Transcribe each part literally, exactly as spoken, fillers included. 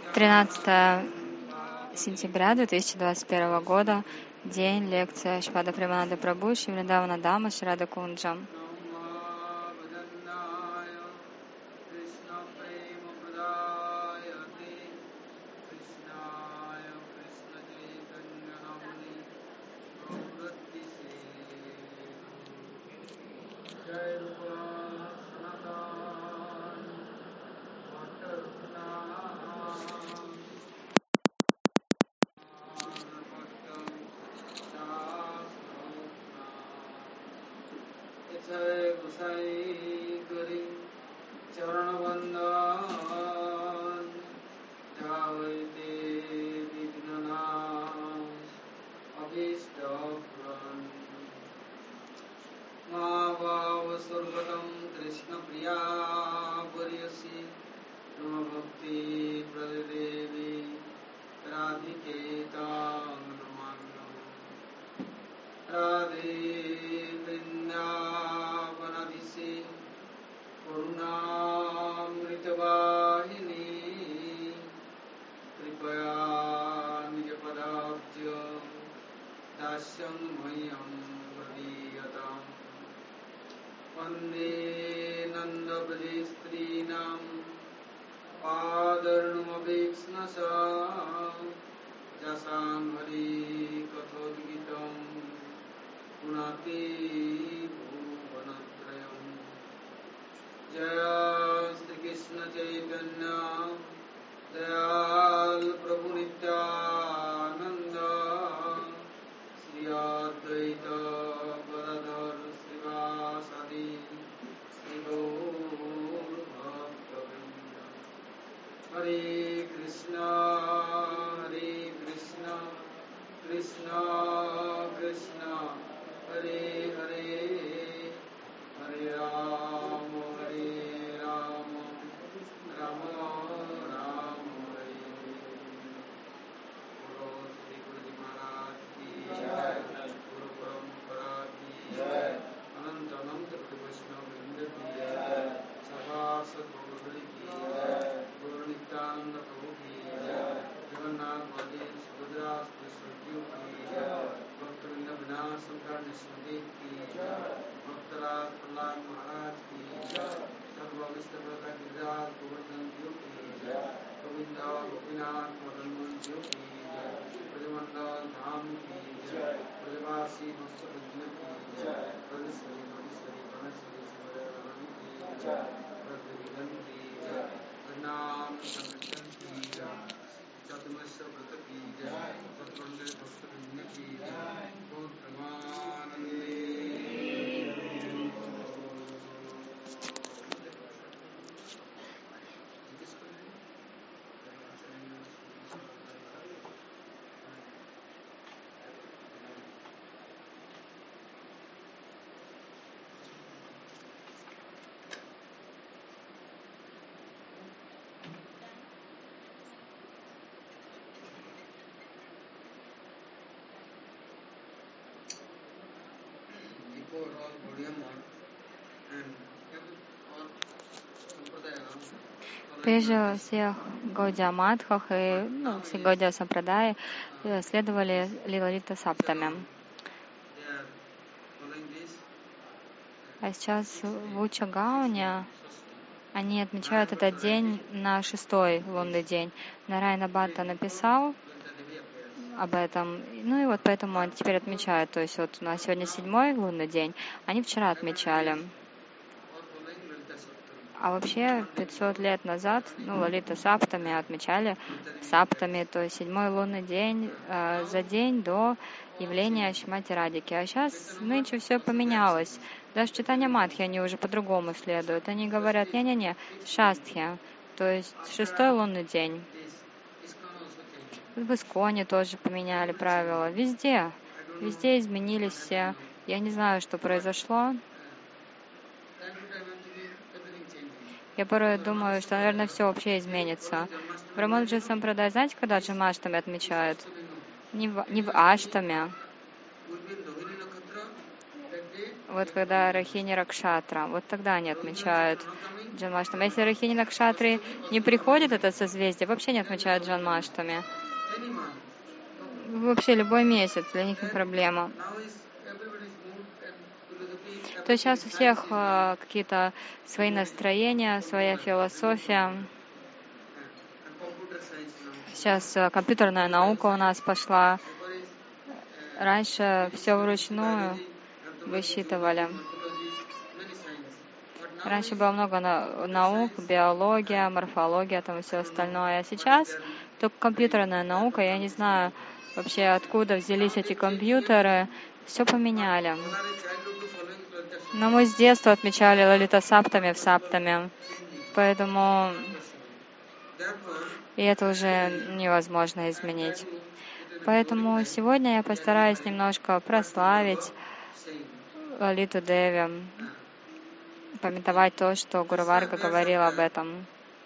тринадцатое сентября две тысячи двадцать первого года, день, лекция Шрила Премананда Прабху, Шри Вриндавана Дама, Шри Рада Кунджа. Прежде всех Гаудия Мадхах и ну, все Гаудия Сампрадай следовали Лилалита Саптами. А сейчас в Учагауне они отмечают этот день на шестой лунный день. Нарайана Бхатта написал об этом, ну и вот поэтому они теперь отмечают. То есть вот у нас сегодня седьмой лунный день, они вчера отмечали. А вообще пятьсот лет назад, ну, Лалита Саптами отмечали Саптами, то есть седьмой лунный день э, за день до явления Шримати Радхики. А сейчас нынче все поменялось. Даже Чайтанья Мадхи они уже по-другому следуют. Они говорят, не-не-не, Шастхи, то есть шестой лунный день. В Исконе тоже поменяли правила. Везде, везде изменились все. Я не знаю, что произошло. Я порой думаю, что, наверное, все вообще изменится. В Раманаджа Сампрадай, знаете, когда Джамаштами отмечают? Не в, не в Аштаме. вот когда Рахини Ракшатра, вот тогда они отмечают Джанмаштами. Если Рахини Накшатри не приходит это созвездие, вообще не отмечают Джанмаштами. Вообще любой месяц для них не проблема. То есть сейчас у всех э, какие-то свои настроения, своя философия. Сейчас э, компьютерная наука у нас пошла. Раньше все вручную высчитывали. Раньше было много наук, биология, морфология, там и все остальное. А сейчас только компьютерная наука. Я не знаю вообще, откуда взялись эти компьютеры. Все поменяли. Но мы с детства отмечали Лалита Саптами в Саптами. Поэтому и это уже невозможно изменить. Поэтому сегодня я постараюсь немножко прославить Лалиту Деви, памятовать то, что Гуру Варга говорил об этом.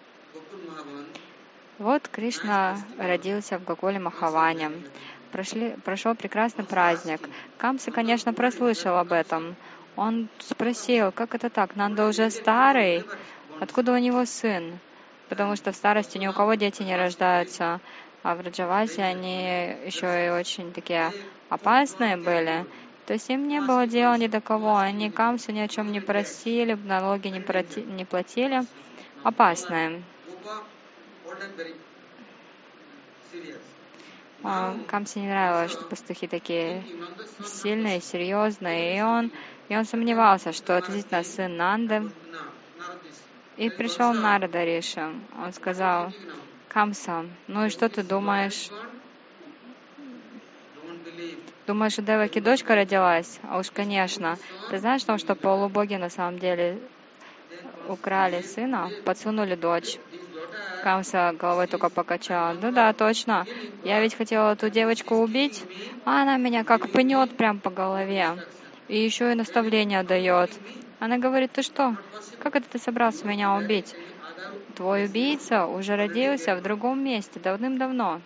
Вот Кришна родился в Гокуле Махаване. Прошли, прошел прекрасный праздник. Камса, конечно, прослышал об этом. Он спросил, как это так, Нанда уже старый, откуда у него сын? Потому что в старости ни у кого дети не рождаются. А в Раджавасе они еще и очень такие опасные были. То есть им не было дела ни до кого. Они Камсу ни о чем не просили, налоги не, проти, не платили. Опасные. Камсе не нравилось, что пастухи такие сильные, серьезные. И он, и он сомневался, что это действительно сын Нанды. И пришел Нарада Риши. Он сказал: Камса, ну и что ты думаешь? Думаешь, у Деваки дочка родилась? А уж конечно. Ты знаешь, что, что полубоги на самом деле украли сына, подсунули дочь? Камса головой только покачала. Ну да, точно. Я ведь хотела эту девочку убить, а она меня как пнет прям по голове. И еще и наставление дает. Она говорит: ты что? Как это ты собрался меня убить? Твой убийца уже родился в другом месте давным-давно.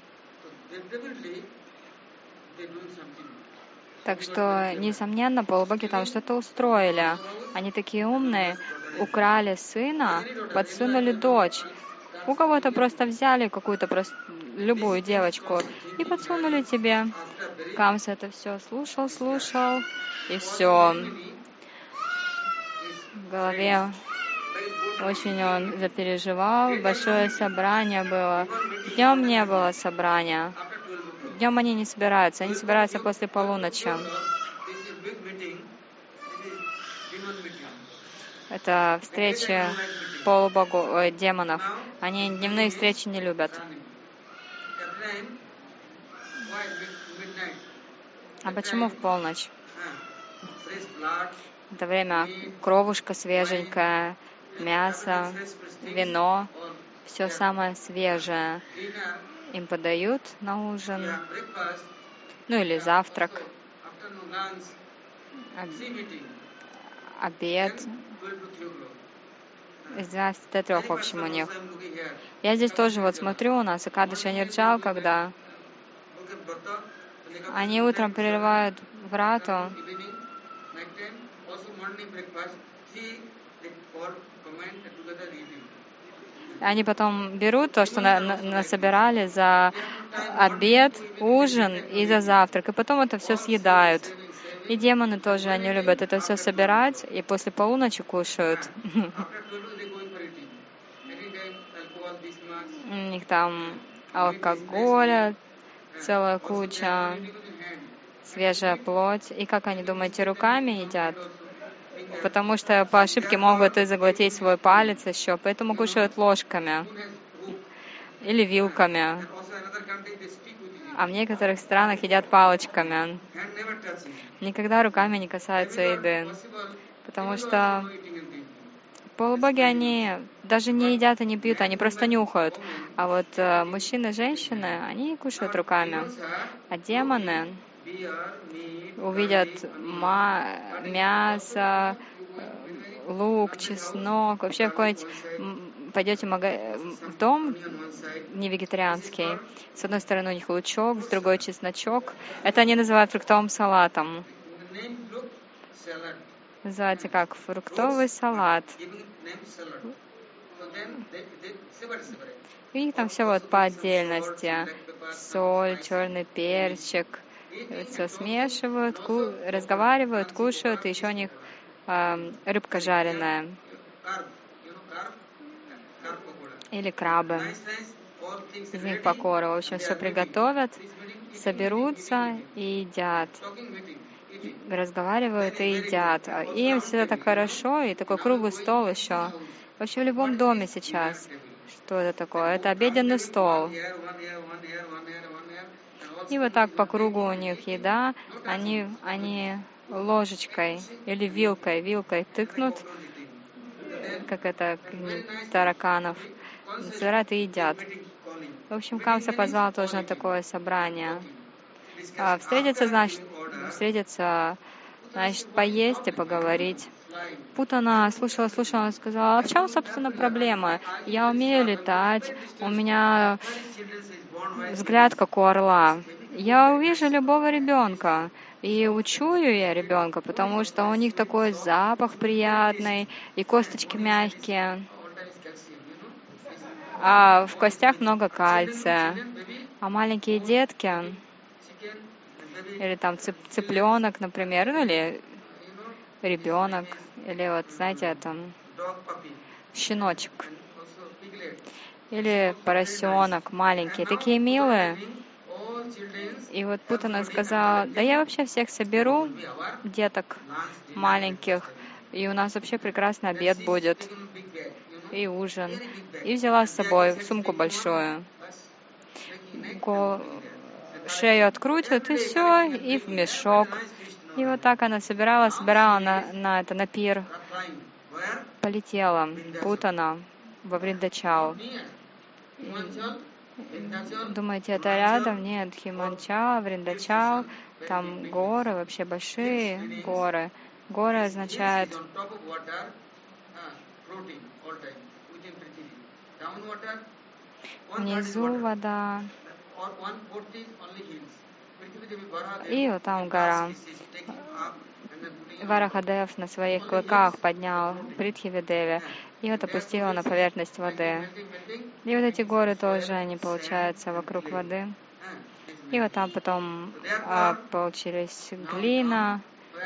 Так что, несомненно, полубоги там что-то устроили. Они такие умные, украли сына, подсунули дочь. У кого-то просто взяли какую-то просто любую девочку и подсунули тебе. Камса это все слушал, слушал, и все. В голове очень он запереживал. Большое собрание было. Днем не было собрания. Днем они не собираются. Они собираются после полуночи. Это встречи полубогов, ой, демонов. Они дневные встречи не любят. А почему в полночь? Это время кровушка свеженькая, мясо, вино, все самое свежее. Им подают на ужин, ну или завтрак, обед. С двенадцати до трех, в общем, у них. Я здесь тоже вот смотрю, у нас Экадаши Нирджал, когда они утром перерывают врату, они потом берут то, что на, на, насобирали за обед, ужин и за завтрак, и потом это все съедают. И демоны тоже, они любят это все собирать, и после полуночи кушают. У них там алкоголя целая куча, свежая плоть. И как они, думаете, руками едят? Потому что по ошибке могут и заглотить свой палец еще, поэтому кушают ложками или вилками. А в некоторых странах едят палочками. Никогда руками не касаются еды. Потому что полубоги, они даже не едят и не пьют, они просто нюхают. А вот э, мужчины и женщины, они кушают руками. А демоны увидят мясо, лук, чеснок. Вообще в какой-нибудь пойдете в дом не вегетарианский, с одной стороны у них лучок, с другой чесночок. Это они называют фруктовым салатом. называется как фруктовый салат. И у них там все вот по отдельности. Соль, черный перчик. Все смешивают, ку- разговаривают, кушают. И еще у них э, рыбка жареная. Или крабы. Из них покора. В общем, все приготовят, соберутся и едят. Разговаривают и едят. И им всегда так хорошо, и такой круглый стол еще. Вообще в любом доме сейчас. Что это такое? Это обеденный стол. И вот так по кругу у них еда. Они, они ложечкой или вилкой, вилкой тыкнут, как это, тараканов, собирают и едят. В общем, Камса позвал тоже на такое собрание. А встретиться, значит, встретиться, значит, поесть и поговорить. Путана слушала, слушала, сказала, а в чем, собственно, проблема? Я умею летать, у меня взгляд, как у орла. Я увижу любого ребенка, и учую я ребенка, потому что у них такой запах приятный, и косточки мягкие, а в костях много кальция. А маленькие детки, или там цып, цыпленок, например, ну или ребенок, или вот, знаете, там щеночек, или поросенок маленький, такие милые. И вот Путана сказала, да я вообще всех соберу, деток маленьких, и у нас вообще прекрасный обед будет, и ужин. И взяла с собой сумку большую. Го... Шею открутит, и все, и в мешок. И вот так она собирала, собирала на, на, это, на пир. Полетела Путана во Вриндачал. Думаете, это рядом? Нет, Химанчал, Вриндачал, там горы, вообще большие горы. Горы означает внизу вода. И вот там гора. Варахадев на своих клыках поднял Притхивидеви и вот опустил на поверхность воды. И вот эти горы тоже, они получаются вокруг воды. И вот там потом а, получились глина,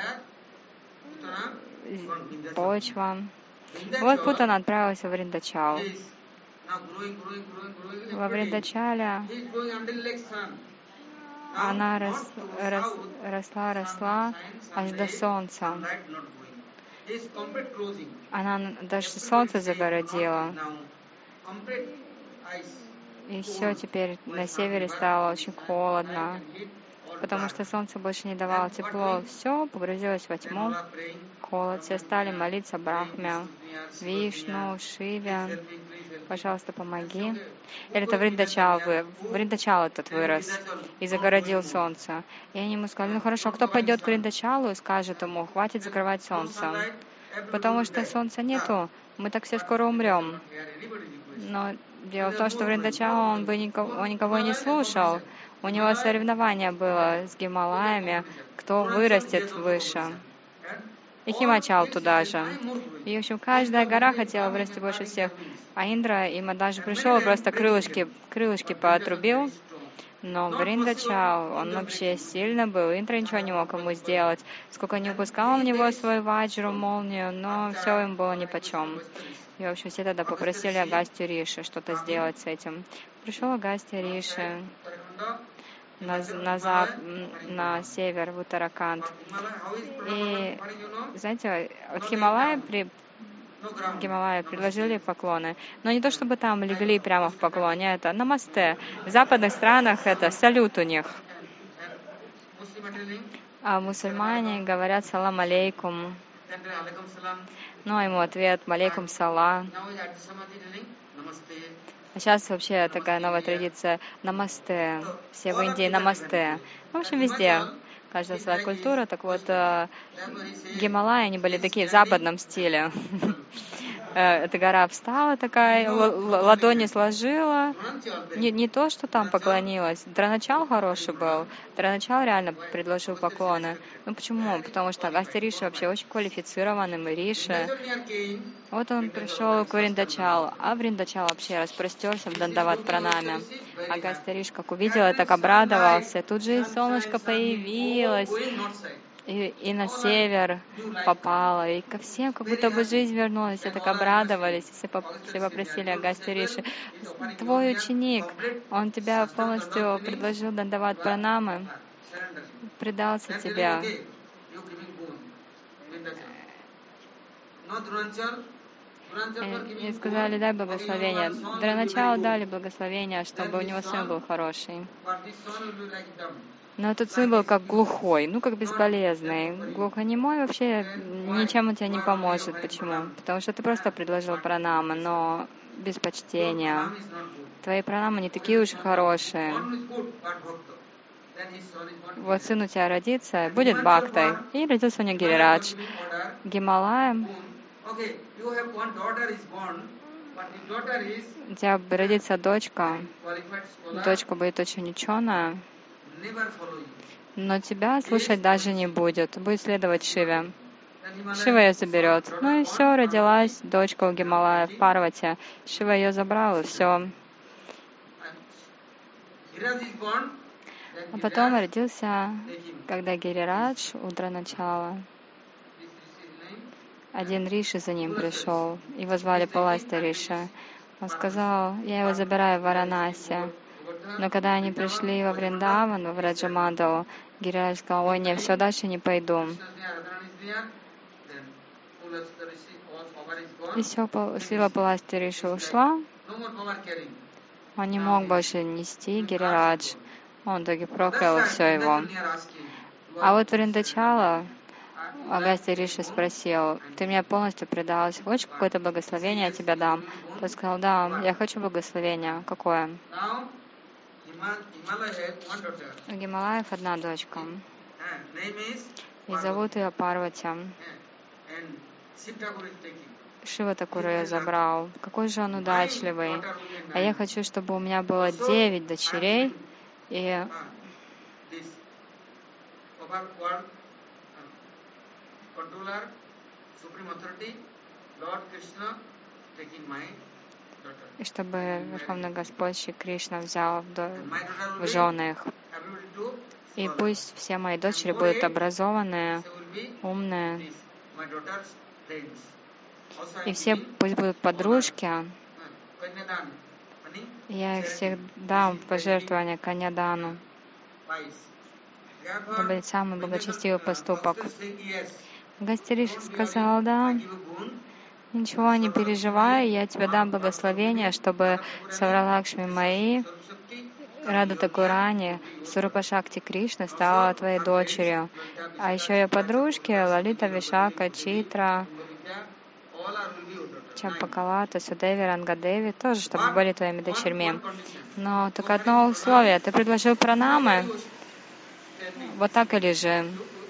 почва. Вот Путана отправился в Вриндачал. Во Вриндачале она рос, рос, росла, росла аж до солнца. Она даже солнце загородила. И все, теперь на севере стало очень холодно, потому что солнце больше не давало тепло. Все погрузилось во тьму, холод. Все стали молиться Брахме, Вишну, Шиве. Пожалуйста, помоги. Или это Вриндачал, Вриндачал этот вырос и загородил солнце. И они ему сказали, ну хорошо, кто пойдет к Вриндачалу и скажет ему, хватит закрывать солнце, потому что солнца нету, мы так все скоро умрем. Но дело в том, что Вриндачал, он бы никого, он никого не слушал. У него соревнование было с Гималаями, кто вырастет выше. И Химачал туда же. И, в общем, каждая гора хотела вырасти больше всех. А Индра им даже пришел, просто крылышки, крылышки поотрубил. Но Вриндачал, он вообще сильно был. Индра ничего не мог ему сделать. Сколько не упускал в него свою ваджру, молнию, но все им было нипочем. И, в общем, все тогда попросили Агастью Риши что-то сделать с этим. Пришел Агастья Риши на, на, зап, на север, в Уттараканд. И, знаете, от Хималая при, Гималая предложили поклоны. Но не то, чтобы там легли прямо в поклоне, это намасте. В западных странах это салют у них. А мусульмане говорят салам алейкум. Ну, а ему ответ малейкум сала. А сейчас вообще такая новая традиция намасте. Все в Индии намасте. В общем, везде. Каждая своя культура. Так вот, Гималаи, они были такие в западном стиле. э, эта гора встала такая, ладони сложила. Не, не то, что там поклонилась. Драначал хороший был. Драначал реально предложил поклоны. Ну почему? Потому что Агастья Риши вообще очень квалифицированный Риши. Вот он пришел к Вриндачалу, а Вриндачал вообще распростерся в Дандават пранаме. Агастья Риши, как увидел, так обрадовался. Тут же и солнышко появилось. И, и на север попала, и ко всем как будто бы жизнь вернулась, все так обрадовались, все, поп все попросили Агастья Риши, твой ученик, он тебя полностью предложил Дандават пранамы, предался тебе. И, и сказали, дай благословение. Для начала дали благословение, чтобы у него сын был хороший. Но этот сын был как глухой, ну как бесполезный. Глухонемой вообще ничем он тебе не поможет. Почему? Потому что ты просто предложил пранамы, но без почтения. Твои пранамы не такие уж хорошие. Вот сын у тебя родится, будет бхактой, и родился у него Гирирадж. Гималаем. У тебя родится дочка, дочка будет очень ученая, но тебя слушать даже не будет, будет следовать Шиве. Шива ее заберет. Ну и все, родилась дочка у Гималаев, Парвати. Шива ее забрал, и все. А потом родился, когда Гирирадж, утро начала. Один Риши за ним пришел, его звали Паластя Риши. Он сказал, я его забираю в Варанаси. Но когда они пришли во Вриндаван, в Раджамандалу, Гирирадж сказал, ой, нет, все, дальше не пойду. И все, сила Паластя Риши ушла. Он не мог больше нести Гирирадж. Он таки проклял все его. А вот Вриндачала, Агастья Риши спросил, ты меня полностью предалась, хочешь какое-то благословение, я тебе дам? Тот сказал, да, я хочу благословения. Какое? У Гималаев одна дочка, и зовут ее Парвати. Шива Такур ее забрал. Какой же он удачливый. А я хочу, чтобы у меня было девять дочерей, и и чтобы Верховный Господь Шри Кришна взял в, в жены их. И пусть все мои дочери будут образованные, умные, и все пусть будут подружки. Я их всех дам в пожертвование Каньядану. Это будет самый благочестивый поступок. Агастья Риши сказал, да, ничего не переживай, я тебе дам благословение, чтобы Савралакшми мои, Рада Такурани, Сурупа Шакти Кришны стала твоей дочерью. А еще ее подружки, Лалита, Вишака, Читра, Чампакалата, Судеви, Рангадеви, тоже, чтобы были твоими дочерьми. Но только одно условие. Ты предложил пранамы, вот так и лежи.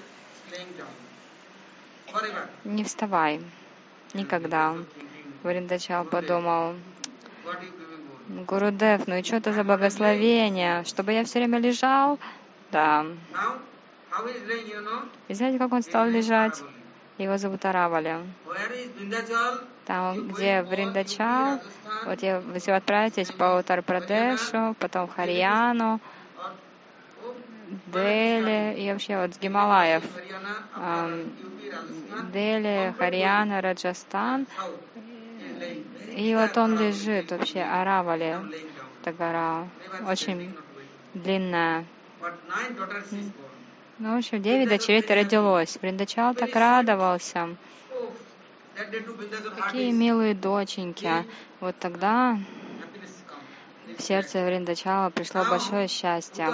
Не вставай. Никогда. Вриндачал подумал, Гурудев, ну и что это за благословение? Чтобы я все время лежал? Да. И знаете, как он стал лежать? Его зовут Аравали. Там, где Вриндачал, вот я, вы отправитесь по Утар-Прадешу, потом в Харьяну, Дели и вообще вот с Гималаев. Эм, Дели, Харьяна, Раджастан. И вот он лежит вообще, Аравали, эта гора, очень длинная. Ну, в общем, девять дочерей-то родилось. Вриндачал так радовался. Какие милые доченьки. Вот тогда в сердце Вриндачала пришло большое счастье.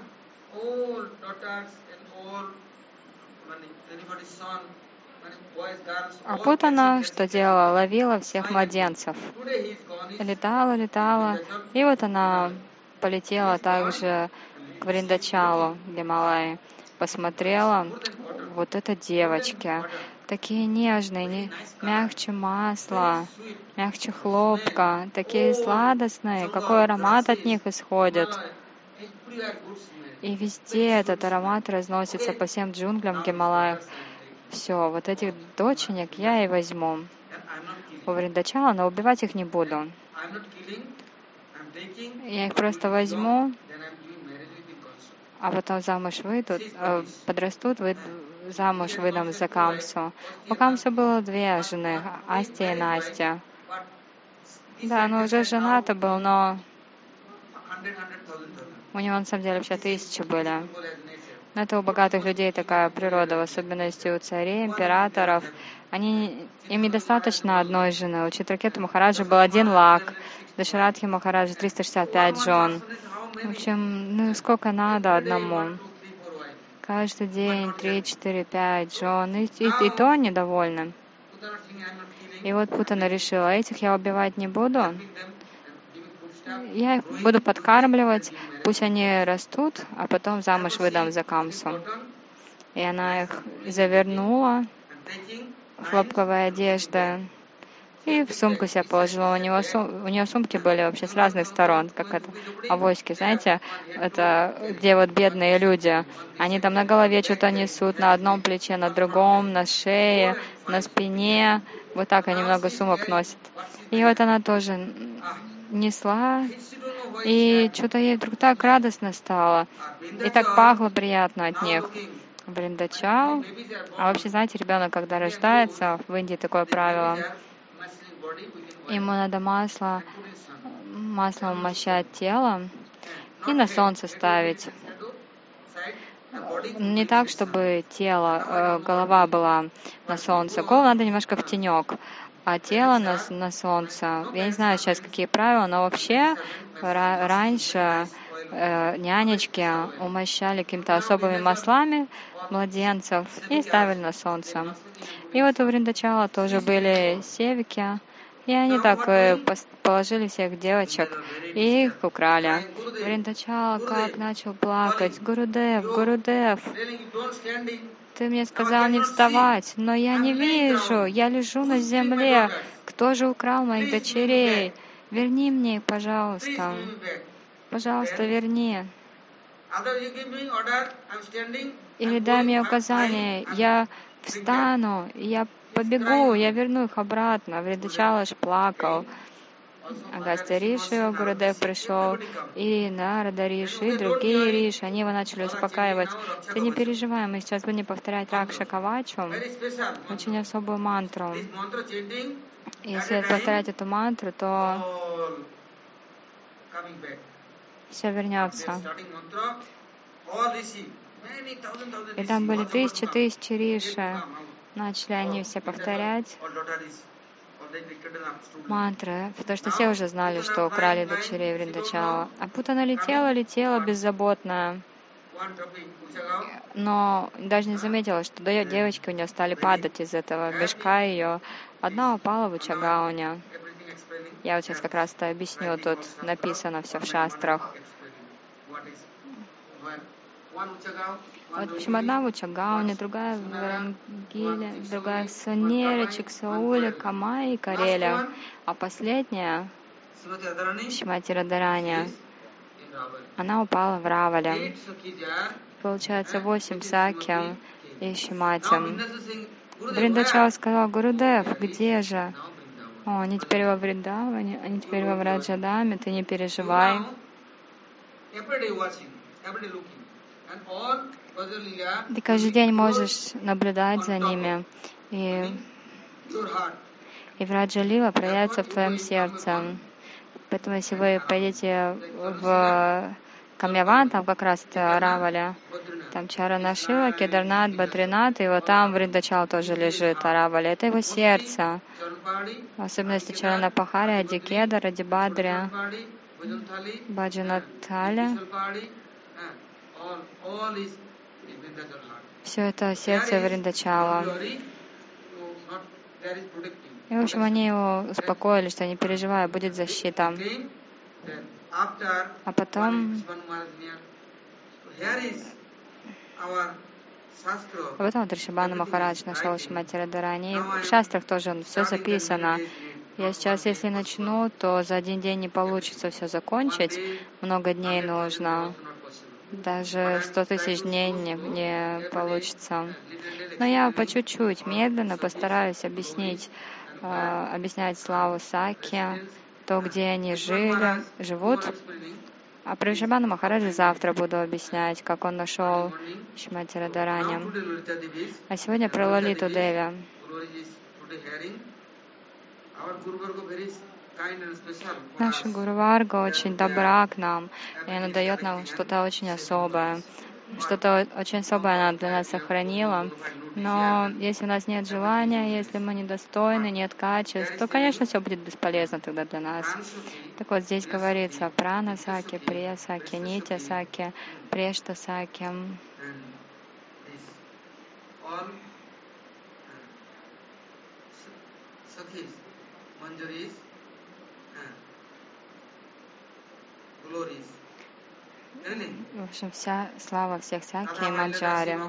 А вот она что делала, ловила всех младенцев. Летала, летала. И вот она полетела также к Вриндачалу, Гималайи. Посмотрела, вот это девочки, такие нежные, не, мягче масла, мягче хлопка, такие сладостные, какой аромат от них исходит. И везде этот аромат разносится по всем джунглям в Гималаях. Все, вот этих доченек я и возьму у Вриндачала, но убивать их не буду. Я их просто возьму, а потом замуж выйдут, э, подрастут, выйдут, замуж выдам за Камсу. У Камсы было две жены, Асти и Настя. Да, он уже женат был, но у него на самом деле вообще тысячи были. Но это у богатых людей такая природа, в особенности у царей, императоров. Они, им недостаточно одной жены. У Читракету Махараджа был один лак, Дашарадхи Махараджа триста шестьдесят пять жен. В общем, ну сколько надо одному? Каждый день три, четыре, пять жен. И, и, и то недовольны. И вот Путана решила, этих я убивать не буду. Я их буду подкармливать, пусть они растут, а потом замуж выдам за Камсу. И она их завернула в хлопковые одежды и в сумку себя положила. У, него сум... у нее сумки были вообще с разных сторон, как это авоськи, знаете, это где вот бедные люди. Они там на голове что-то несут, на одном плече, на другом, на шее, на спине. Вот так они много сумок носят. И вот она тоже несла, и что-то ей вдруг так радостно стало, и так пахло приятно от них. Вриндачал. А вообще, знаете, ребенок, когда рождается, в Индии такое правило, ему надо масло, маслом умощать тело и на солнце ставить. Не так, чтобы тело, голова была на солнце. Голову надо немножко в тенек, а тело на, на солнце. Я не знаю сейчас, какие правила, но вообще раньше э, нянечки умощали какими-то особыми маслами младенцев и ставили на солнце. И вот у Вриндачала тоже были севики, и они так э, положили всех девочек и их украли. Вриндачал как начал плакать: «Гурудев, Гурудев, ты мне сказал не вставать, но я не вижу, я лежу на земле. Кто же украл моих дочерей? Верни мне их, пожалуйста. Пожалуйста, верни. Или дай мне указание, я встану, я побегу, я верну их обратно». Вриндачал аж плакал. Агастья Риши, Гурудев пришел, и Нарада Риши, и другие Риши, они его начали успокаивать. Ты не переживай, мы сейчас будем повторять Ракша Кавачу, очень особую мантру. Если повторять эту мантру, то все вернется. И там были тысячи, тысячи Риши. Начали они все повторять мантры, потому что все уже знали, что украли дочерей Вриндачала. А Путана летела, летела беззаботная, но даже не заметила, что девочки у нее стали падать из этого мешка ее. Одна упала в Учагауне. Я вот сейчас как раз это объясню, тут написано все в шастрах. Вот, в общем, одна в Учагауне, другая в Варангиле, другая в Санере, Чиксауле, Камае и Кареле, а последняя, Шримати Радарани, она упала в Равале. Получается, восемь саки и Шримати. Вриндачал сказал: «Гурудев, где же?» О, они теперь во Вриндаване, они теперь во Враджадаме, ты не переживай. Ты каждый день можешь наблюдать за ними, и, и Враджа-лила проявится в твоем сердце. Поэтому, если вы пойдете в Камьяван, там как раз это Раваля, там Чаранашила, Кедарнат, Бадринат, и вот там Вриндачал тоже лежит, Араваля. Это его сердце. В особенности Чаранапахари, Адикеда, Радибадри, Баджанатали. Все это сердце Вриндачала. И, в общем, они его успокоили, что не переживай, будет защита. А потом А потом вот Ришабхану Махарадж нашел Шримати Радхарани. И в шастрах тоже все записано. Я сейчас, если начну, то за один день не получится все закончить. Много дней нужно. Даже сто тысяч дней не, не получится. Но я по чуть-чуть, медленно постараюсь объяснить, э, объяснять славу Сакья, то, где они жили, живут. А про Ришабхану Махараджа завтра буду объяснять, как он нашел Шримати Радхарани. А сегодня про Лалиту Деви. Наша Гуру Варга очень добра к нам, и она дает нам что-то очень особое. Что-то очень особое она для нас сохранила. Но если у нас нет желания, если мы недостойны, нет качеств, то, конечно, все будет бесполезно тогда для нас. Так вот, здесь говорится Прана Саки, Прия Саки, Нитя Саки, Прешта Саки. В общем, вся слава всех Саки и Манджари.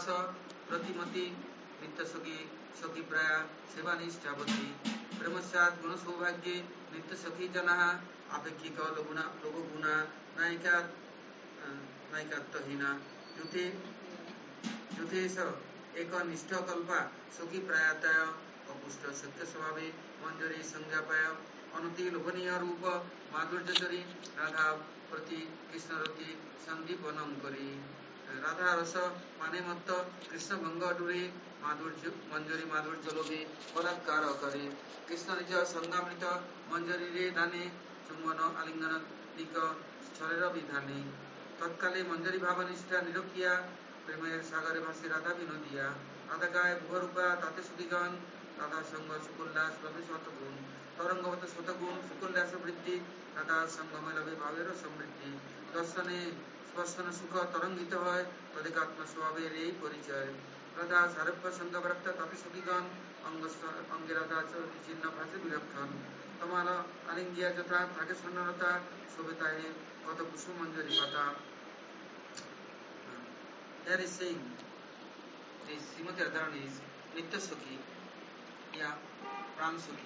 Anuti Lubhaniya Rupa Madhurjatari Radha Prati Krishnarati Sandipanam Kari Radha Rasa Manematta Krishna Bhanga Duri Madhurja Manjari Madhurjalobi Padakkara Kari Krishna Nija Sangamrita Manjari Re Dane Chumana Alingana Nika Charera Vidhani Tatkale Manjari Bhavanishta Nirokia Premayar Sagare Bhasi Radha Vinodiya Radha Gaya Bhuvarupa Tate Sudigan Radha Sangha Sukulla Sulabi Swatagun तरंगवत स्वतगुण सुकुल्लास वृद्धि तथा संगमलभे भावेर समृद्धि दर्शने स्पर्शन सुख तरंगित হয় তদিকাত্ম স্বভাবের এই পরিচয় রাধা সারভ্য সঙ্গপ্রাপ্ত তাপি সুখীগণ অঙ্গ অঙ্গে রাধা চরতি চিহ্ন ভাষে বিলক্ষণ তোমার আলিঙ্গিয়া যথা থাকে সন্নরতা শোভিতায় কত কুসুম মঞ্জরি পাতা There is saying this Srimati Radharani is Nitya Sukhi या Pran Sukhi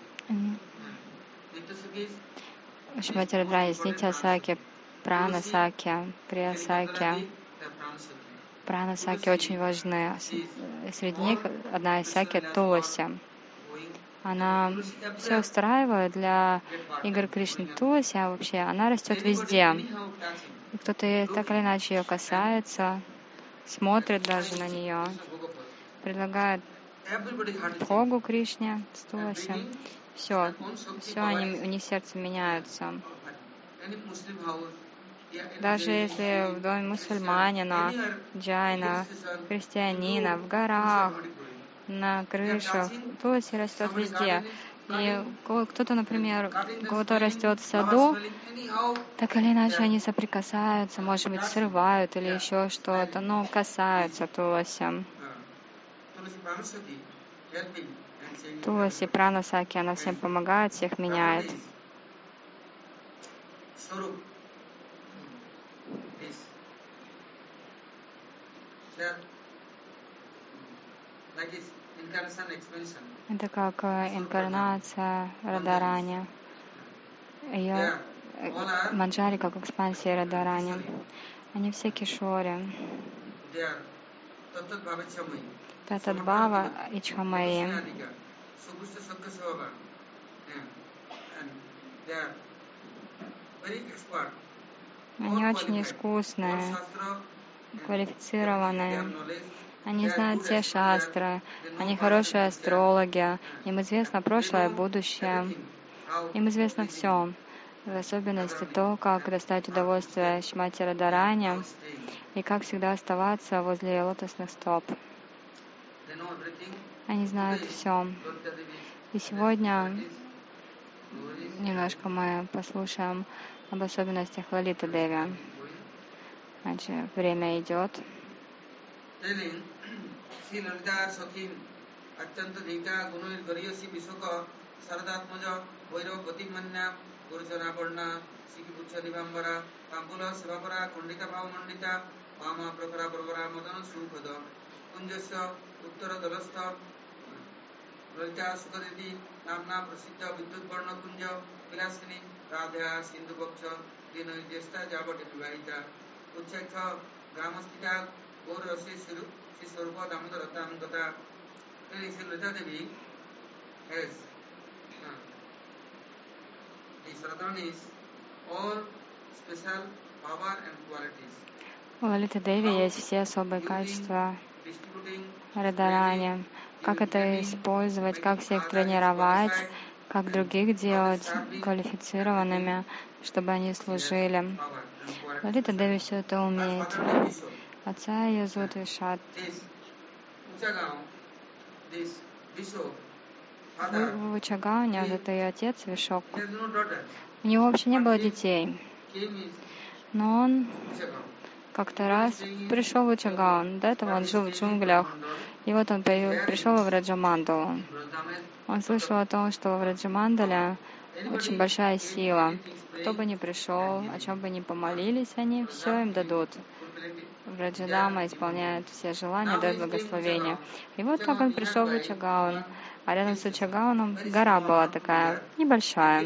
Шримати Радхарани есть Нитя Саки, Прана Саки, Прия Саки. Прана Саки очень важны. Среди них одна из Саки — Туласи. Она все устраивает для игр Кришны. Туласи, а вообще она растет везде. И кто-то так или иначе ее касается, смотрит даже на нее, предлагает Богу Кришне с Туласи. Все, все они, у них сердце меняются. Даже если в доме мусульманина, джайна, христианина, в горах, на крышах, Туласи растет везде. И кто-то, например, кто-то растет в саду, так или иначе они соприкасаются, может быть, срывают или еще что-то, но касаются Туласи. Туласи, Прана Саки, она всем помогает, всех меняет. Это как инкарнация Радхарани. Ее Манджари как экспансия Радхарани. Они все кишори. Татадбхава и Чхамаи. Они очень искусные, квалифицированные. Они знают все шастры, они хорошие астрологи, им известно прошлое, будущее, им известно все. В особенности то, как достать удовольствие Шримати Радхарани и как всегда оставаться возле лотосных стоп. Они знают все. И сегодня немножко мы послушаем об особенностях Лалиты Деви. Значит, время идет. कुंजस्य उत्तरदलस्थ ललिता सुखदेवी नामना प्रसिद्ध विद्युत वर्ण कुंज विलासिनी राधा सिंधु पक्ष दिन ज्येष्ठा जावटी विवाहिता उच्चैख ग्रामस्थिता गौर श्री श्री स्वरूप दामोदर रत्नांगता श्री ललिता देवी has uh, this Radharani is all special power and qualities. У Лалиты Деви есть все особые качества Радарани. Как это использовать, как всех тренировать, как других делать квалифицированными, чтобы они служили. Лалита Деви все это умеет. Отца ее зовут Вишат. В Учагауне, вот это ее отец Вишок. У него вообще не было детей. Но он как-то раз пришел в Учагаун. До этого он жил в джунглях. И вот он пришел в Раджамандалу. Он слышал о том, что в Раджамандале очень большая сила. Кто бы ни пришел, о чем бы ни помолились они, все им дадут. Враджадама исполняет все желания, дает благословение. И вот так он пришел в Учагаун. А рядом с Учагауном гора была такая, небольшая,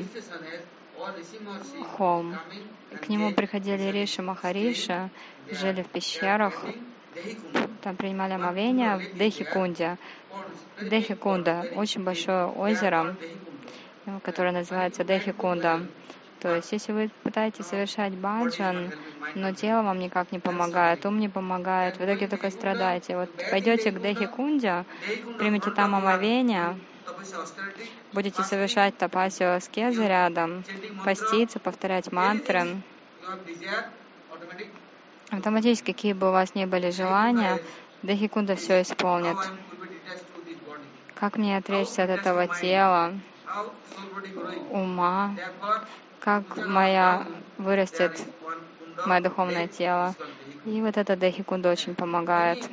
холм. К нему приходили Риши Махариши, жили в пещерах, там принимали омовение в Дехи-кунде. Дехи-кунда — очень большое озеро, которое называется Дехи-кунда. То есть, если вы пытаетесь совершать баджан, но тело вам никак не помогает, ум не помогает, в итоге только страдаете. Вот пойдете к Дехи-кунде, примите там омовение, будете совершать тапасию аскезы рядом, поститься, повторять мантры. Автоматически, какие бы у вас ни были желания, Дехи-кунда все исполнит. Как мне отречься от этого тела, ума, как моя вырастет мое духовное тело. И вот это Дехи-кунда очень помогает.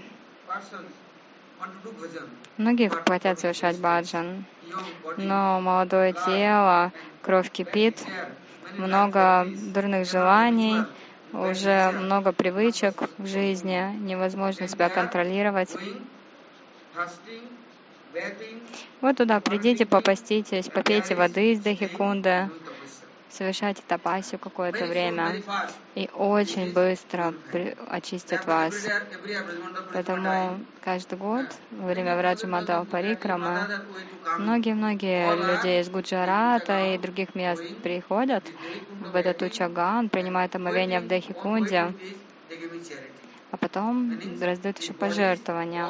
Многие хотят совершать баджан, но молодое тело, кровь кипит, много дурных желаний, уже много привычек в жизни, невозможно себя контролировать. Вот туда придите, попаститесь, попейте воды из Дехи-кунды, совершайте тапасию какое-то время, и очень быстро очистят вас. Поэтому каждый год во время Враджамандала Парикрамы многие-многие люди из Гуджарата и других мест приходят в этот Учаган, принимают омовение в Дехи-кунде, а потом раздают еще пожертвования,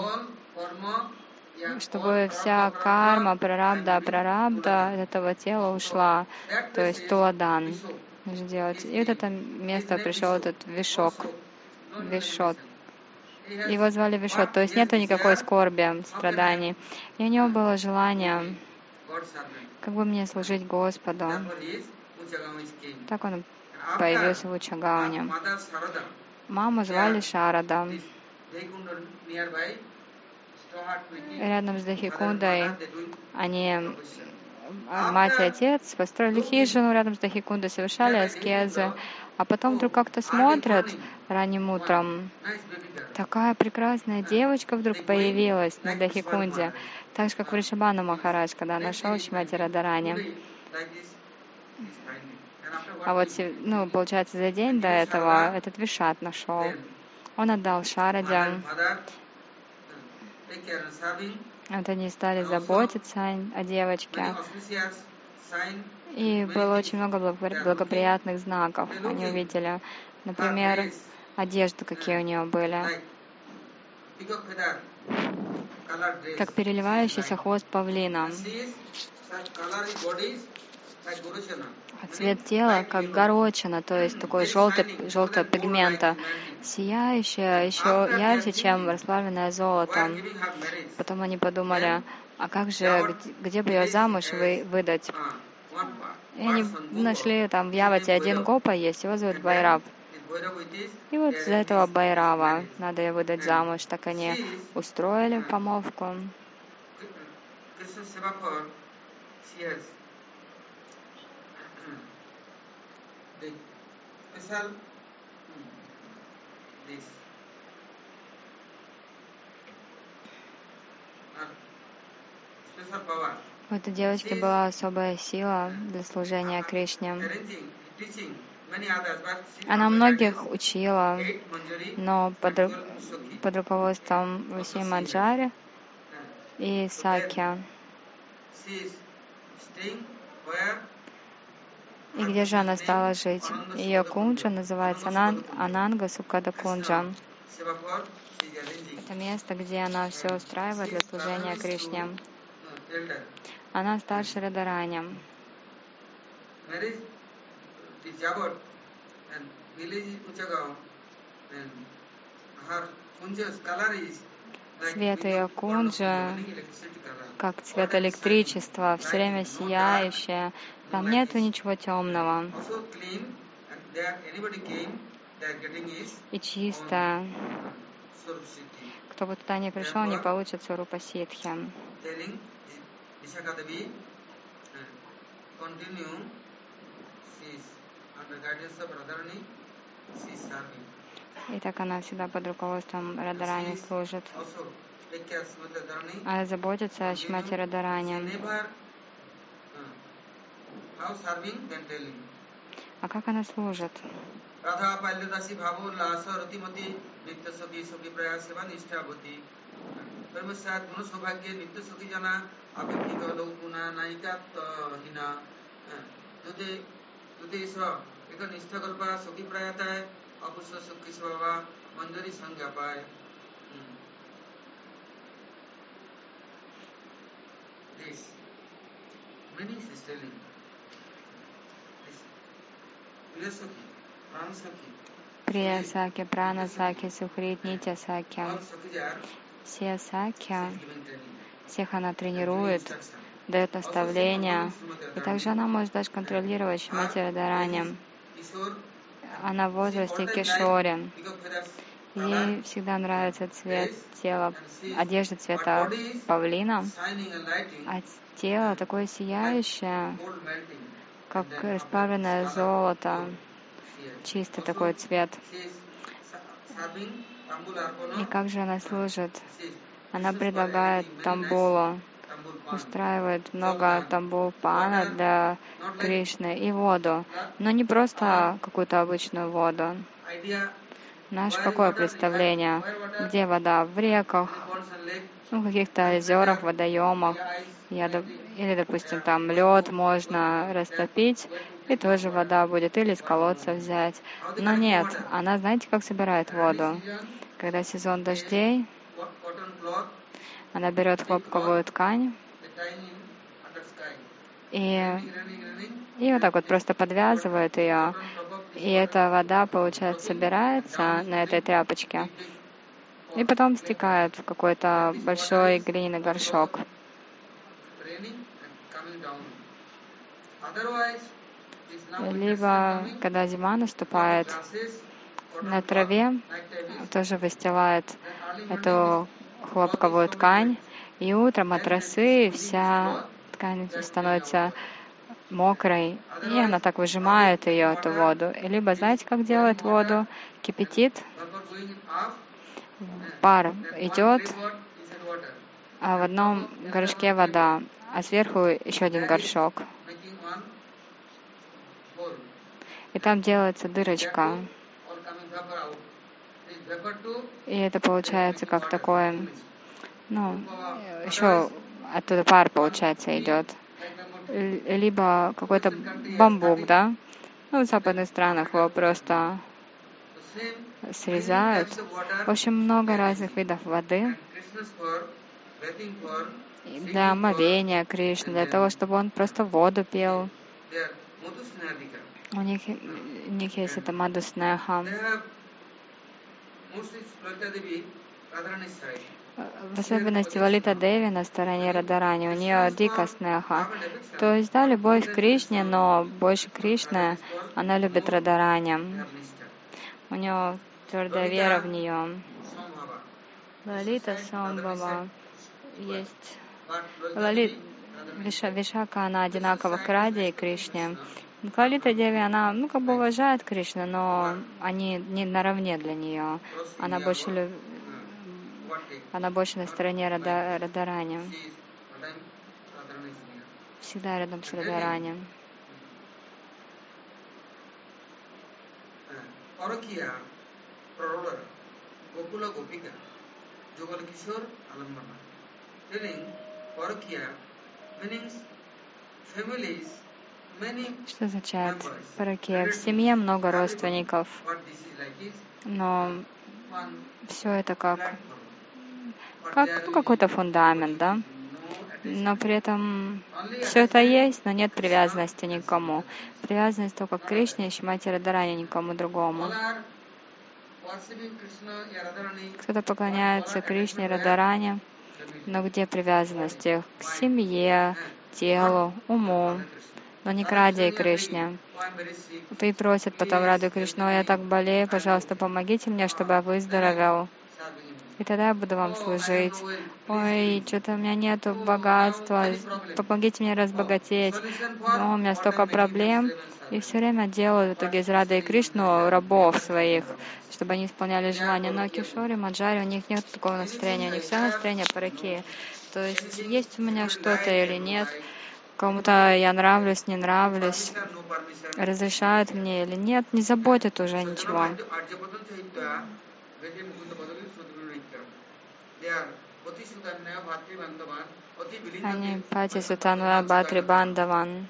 чтобы вся карма, прарабда, прарабда этого тела ушла, то есть туладан нужно делать. И вот это место пришел этот Вишок, Вишот. Его звали Вишот, то есть нету никакой скорби, страданий. И у него было желание, как бы мне служить Господу. Так он появился в Учагауне. Маму звали Шарада. Рядом с Дехи-кундой они, мать и отец, построили хижину рядом с Дехи-кундой, совершали аскезы, а потом вдруг как-то смотрят ранним утром, такая прекрасная девочка вдруг появилась на Дехи-кунде, так же, как Вришабхану Махарадж, когда нашел Шримати Радарани. А вот, ну, получается, за день до этого этот Вишат нашел. Он отдал Шараде. Вот они стали заботиться о девочке. И было очень много благоприятных знаков. Они увидели, например, одежду, какие у нее были. Как переливающийся хвост павлина. А цвет тела как горочина, то есть такой желтый, желтого пигмента, сияющая еще ярче, чем расплавленное золото. Потом они подумали, а как же, где, где бы ее замуж вы, выдать? И они нашли там в Явате один гопа есть, его зовут Байрав. И вот за этого Байрава надо ее выдать замуж. Так они устроили помолвку. special power. У этой девочки была особая сила для служения Кришне. Arranging, teaching many others, but she Она also многих practiced учила, eight Manjari но под, ру- and twelve Sukhi. под руководством Васи Маджари и Сакья. She is staying where И где же она стала жить? Ее кунджа называется Анан- Ананга Сукада Кунджа. Seva for she is arranging. Это место, где она все устраивает для служения Кришне. Uh, elder. Она старше Радарани. Marriage is Jabot and village is Uchagaon and her kunja's color is like Цвет ее кунджа, electricity color. как цвет электричества, все время сияющее. Там нету ничего темного. Also clean and there anybody came, they are getting is И чисто. Surupsiti. Кто бы туда не пришел, не получит Сварупа Ситхи. Telling Vishakadavi and continue, she is under guidance of Radharani, she is serving. И так она всегда под руководством Радарани служит. Also take care of Srimati Radharani. Она заботится о Шмати She Радарани. never uh, how serving then telling. А как она служит? राधा पाल्यदासी भावो लास रतिमती नित्य सखी सखी प्रयास सेवा निष्ठावती परमेश्वर गुण सौभाग्य नित्य सखी जना अपेक्षित लौगुना नायिका हिना तुते तुते स एक निष्ठा कल्पा सखी प्रयाता है अपुष्य सखी स्वभा मंजरी संज्ञा पाए this many is telling this प्रिय सखी Прия Саки, Прана Саки, Сухрит, Нитя Саки. Все Саки, всех она тренирует, дает наставления. И также она может даже контролировать Шримати Радарани. Она в возрасте Кишори. Ей всегда нравится цвет тела, одежда цвета павлина, а тело такое сияющее, как расплавленное золото, чистый такой цвет. И как же она служит? Она предлагает тамбулу, устраивает много тамбул пана для Кришны и воду, но не просто какую-то обычную воду. Наше какое представление? Где вода? В реках, ну, в каких-то озерах, водоемах. Или, допустим, там лед можно растопить, и тоже вода будет, или из колодца взять. Но нет, она, знаете, как собирает воду? Когда сезон дождей, она берет хлопковую ткань и, и вот так вот просто подвязывает ее. И эта вода, получается, собирается на этой тряпочке и потом стекает в какой-то большой глиняный горшок. Либо, когда зима наступает, на траве тоже выстилает эту хлопковую ткань, и утром от росы вся ткань становится мокрой, и она так выжимает ее, эту воду. Либо, знаете, как делает воду? Кипятит, пар идет, а в одном горшке вода, а сверху еще один горшок. И там делается дырочка. И это получается как такое, ну, еще оттуда пар, получается, идет. Либо какой-то бамбук, да? Ну, в западных странах его просто срезают. В общем, много разных видов воды для омовения Кришны, для того, чтобы он просто воду пил. У них, у них есть это Мадуснеха. В особенности Лалита Деви на стороне Радарани, у нее дика снеха. То есть, да, любовь к Кришне, но больше Кришны, она любит Радарани. У нее твердая вера в нее. Лалита Самбава есть. Лалит, Виша, Вишака, она одинакова к Раде и Кришне. Лалита Деви, она, ну, как бы уважает Кришну, но они не наравне для нее. Она больше любит. Она больше на стороне Рада, Радарани. всегда рядом с Радхарани. Parakya Prarora Gokula Gopika Jugal Kishore Alambana. Telling Parakya meaning families, many Что означает паракия? В семье много родственников, но все это как, как ну, какой-то фундамент, да? Но при этом все это есть, но нет привязанности никому. Привязанность только к Кришне и Шримати Радхарани, никому другому. Кто-то поклоняется Кришне и Радхарани, но где привязанности? К семье, телу, уму, но не к Раде и Кришне. И просят потом Раду и Кришну: я так болею, пожалуйста, помогите мне, чтобы я выздоровел. И тогда я буду вам служить. Ой, что-то у меня нету богатства, помогите мне разбогатеть. Но у меня столько проблем. И все время делают в итоге из Рады и Кришну рабов своих, чтобы они исполняли желания. Но Кишори, Маджари, у них нет такого настроения. У них все настроение параки. То есть есть у меня что-то или нет. Кому-то я нравлюсь, не нравлюсь, разрешают мне или нет, не заботит уже ничего. Они Пати Сутанва Бхатри Бандаван.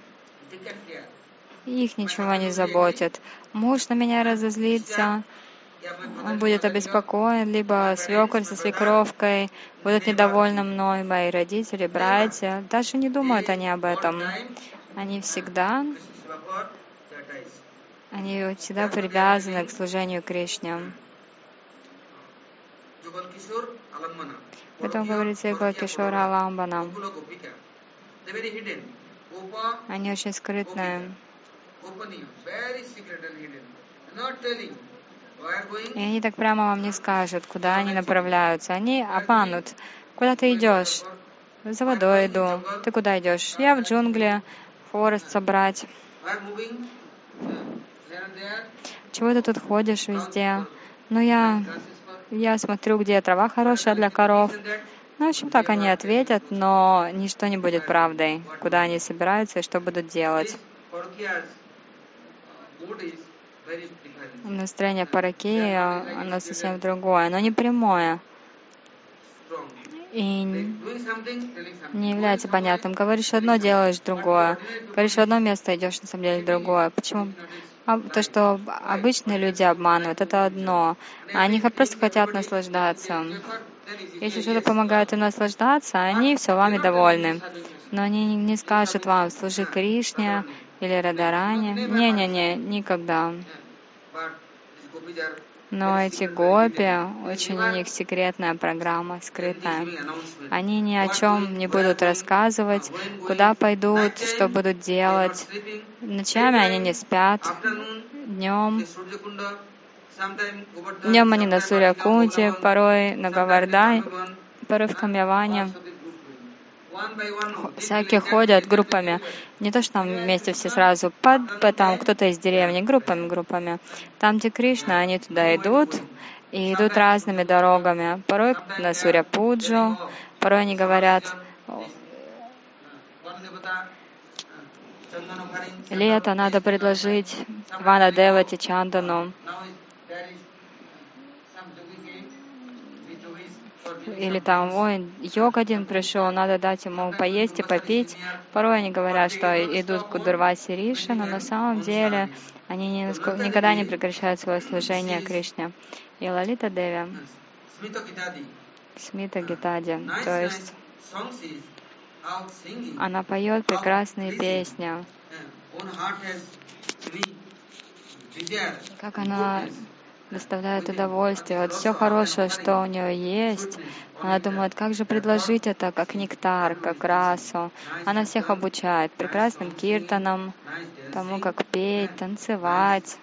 Их ничего не заботит. Муж на меня разозлится, он будет обеспокоен, либо свекор со свекровкой будут недовольны мной, мои родители, братья. Даже не думают они об этом. Они всегда, они всегда привязаны к служению Кришне. Поэтому говорится Югал Кишора Аламбана. Они очень скрытные. И они так прямо вам не скажут, куда они направляются. Они обманут. Куда ты идешь? За водой иду. Ты куда идешь? Я в джунгли, форест собрать. Чего ты тут ходишь везде? Ну, я, я смотрю, где трава хорошая для коров. Ну, в общем, так они ответят, но ничто не будет правдой, куда они собираются и что будут делать. Настроение паракии, оно совсем другое, но не прямое. И не является понятным. Говоришь одно, делаешь другое. Говоришь в одно место, идешь на самом деле в другое. Почему? А то, что обычные люди обманывают, это одно. А они просто хотят наслаждаться. Если что-то помогает им наслаждаться, они все вами довольны. Но они не скажут вам: служи Кришне или Радхарани. Не-не-не, никогда. Но эти гопи, очень у них секретная программа, скрытая. Они ни о чем не будут рассказывать, куда пойдут, что будут делать. Ночами они не спят, днем. Днем они на Сурья-кунде, порой на Гавардхане, порой в Камьяване. Всякие ходят группами. Не то, что там вместе все сразу, под, потом кто-то из деревни, группами, группами. Там, где Кришна, они туда идут, и идут разными дорогами. Порой на Сурья-пуджу, порой они говорят: лето, надо предложить Вана Девати Чандану. Или там: ой, йог один пришел, надо дать ему поесть и попить. Порой они говорят, что идут к Дурваси Риши, но на самом деле они не, никогда не прекращают свое служение Кришне. И Лалита Деви, Смита Гитади, то есть она поет прекрасные песни. Как она доставляет удовольствие. Вот все хорошее, что у нее есть, она думает, как же предложить это, как нектар, как расу. Она всех обучает прекрасным киртанам, тому, как петь, танцевать,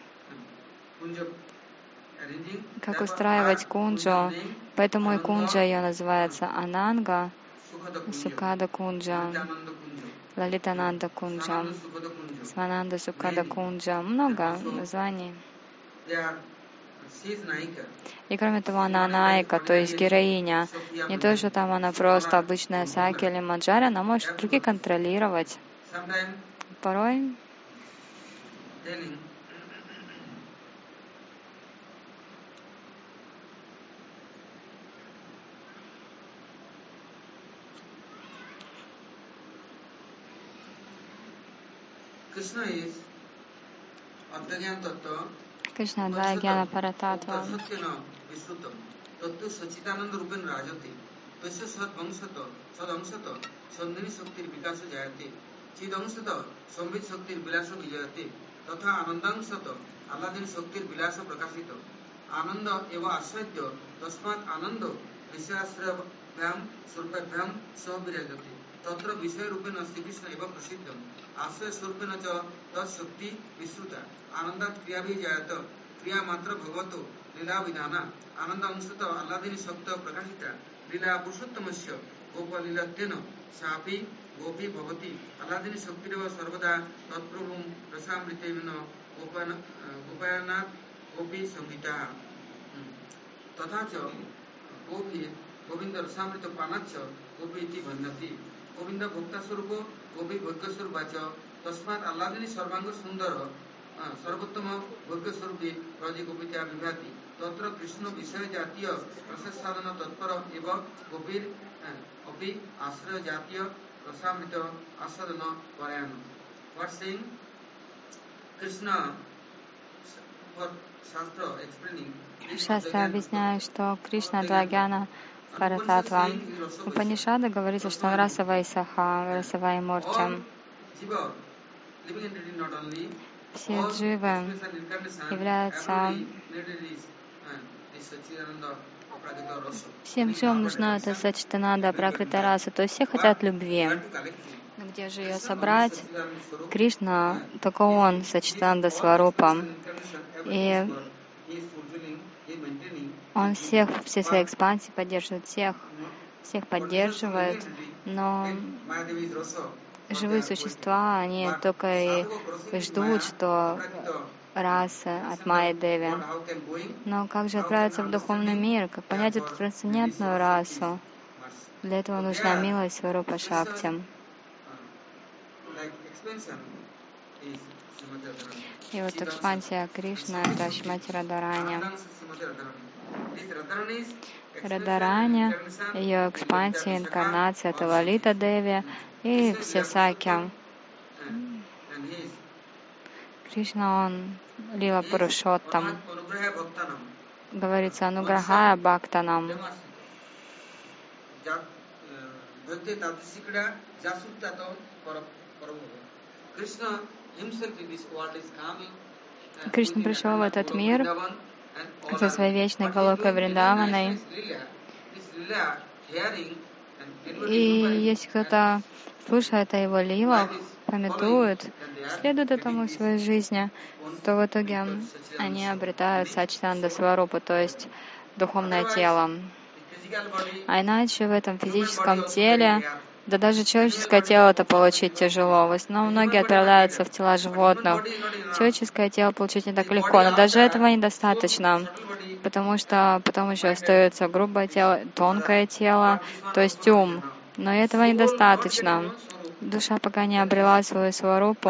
как устраивать кунджу. Поэтому и кунджа ее называется Ананга, Сукада Кунджа, Лалитананда Кунджа, Свананда Сукада Кунджа. Много названий. И кроме того, она наика, то есть героиня. Не то, что там она просто обычная саки или маджари, она может других контролировать. порой Кришна Адвайгьяна Парататва. तत्र विषय रूपेण श्री कृष्ण एवं प्रसिद्धम आश्रय स्वरूपेण च तत्शक्ति विश्रुता आनंदात क्रिया भी जायत क्रिया मात्र भगवतो लीला विधाना आनंद अंशत आह्लादिनी शब्द प्रकाशिता लीला पुरुषोत्तमस्य गोपलीलत्वेन सापि गोपी भवति आह्लादिनी शक्तिरेव सर्वदा तत्प्रभुं रसामृतेन गोपान गोपायनात् गोपी संहिता तथा च गोपी गोविंद रसामृत पानाच्च गोपी इति भन्नति गोविंद भोक्ता स्वरूप गोपी भोग्य स्वरूपाच तस्मात् आह्लादिनी सर्वांग सुंदर सर्वोत्तम भोग्य स्वरूपी रजि गोपीत्या विभाति तत्र कृष्ण विषय जातीय रससाधन तत्पर एवं गोपीर अपि आश्रय जातीय रसामृत आस्वादन परायण व्हाट सेइंग कृष्ण फॉर शास्त्र एक्सप्लेनिंग Шастра объясняет, что Кришна Адвайгьяна Парататва. Упанишада говорится, что он расовая саха, расовая мурти. Все дживы являются... Всем дживам нужна эта сачитананда, пракрита раса, то есть все хотят любви. Где же ее собрать? Кришна, только он сачитананда сварупа. И он всех, все свои экспансии поддерживает, всех, всех поддерживает, но живые существа, они только и ждут, что раса от Майя Деви. Но как же отправиться в духовный мир, как понять эту трансцендентную расу? Для этого нужна милость Сварупа Шакти. И вот экспансия Кришны — это Шримати Радарани. Радарани, ее экспансия, инкарнация — это Лалита Деви и все Саки. Кришна, он Лила Пурушоттам. Говорится, Ануграхая Бхактанам. Кришна пришел в этот мир со своей вечной Галокой Вриндаваной. И если кто-то слушает о его лилах, памятует, следует этому в своей жизни, то в итоге они обретают сачитанда сварупу, то есть духовное тело. А иначе в этом физическом теле, да даже человеческое тело-то получить тяжело. В основном многие отправляются в тела животных. Человеческое тело получить не так легко, но даже этого недостаточно, потому что потом еще остается грубое тело, тонкое тело, то есть ум. Но этого недостаточно. Душа пока не обрела свою сварупу,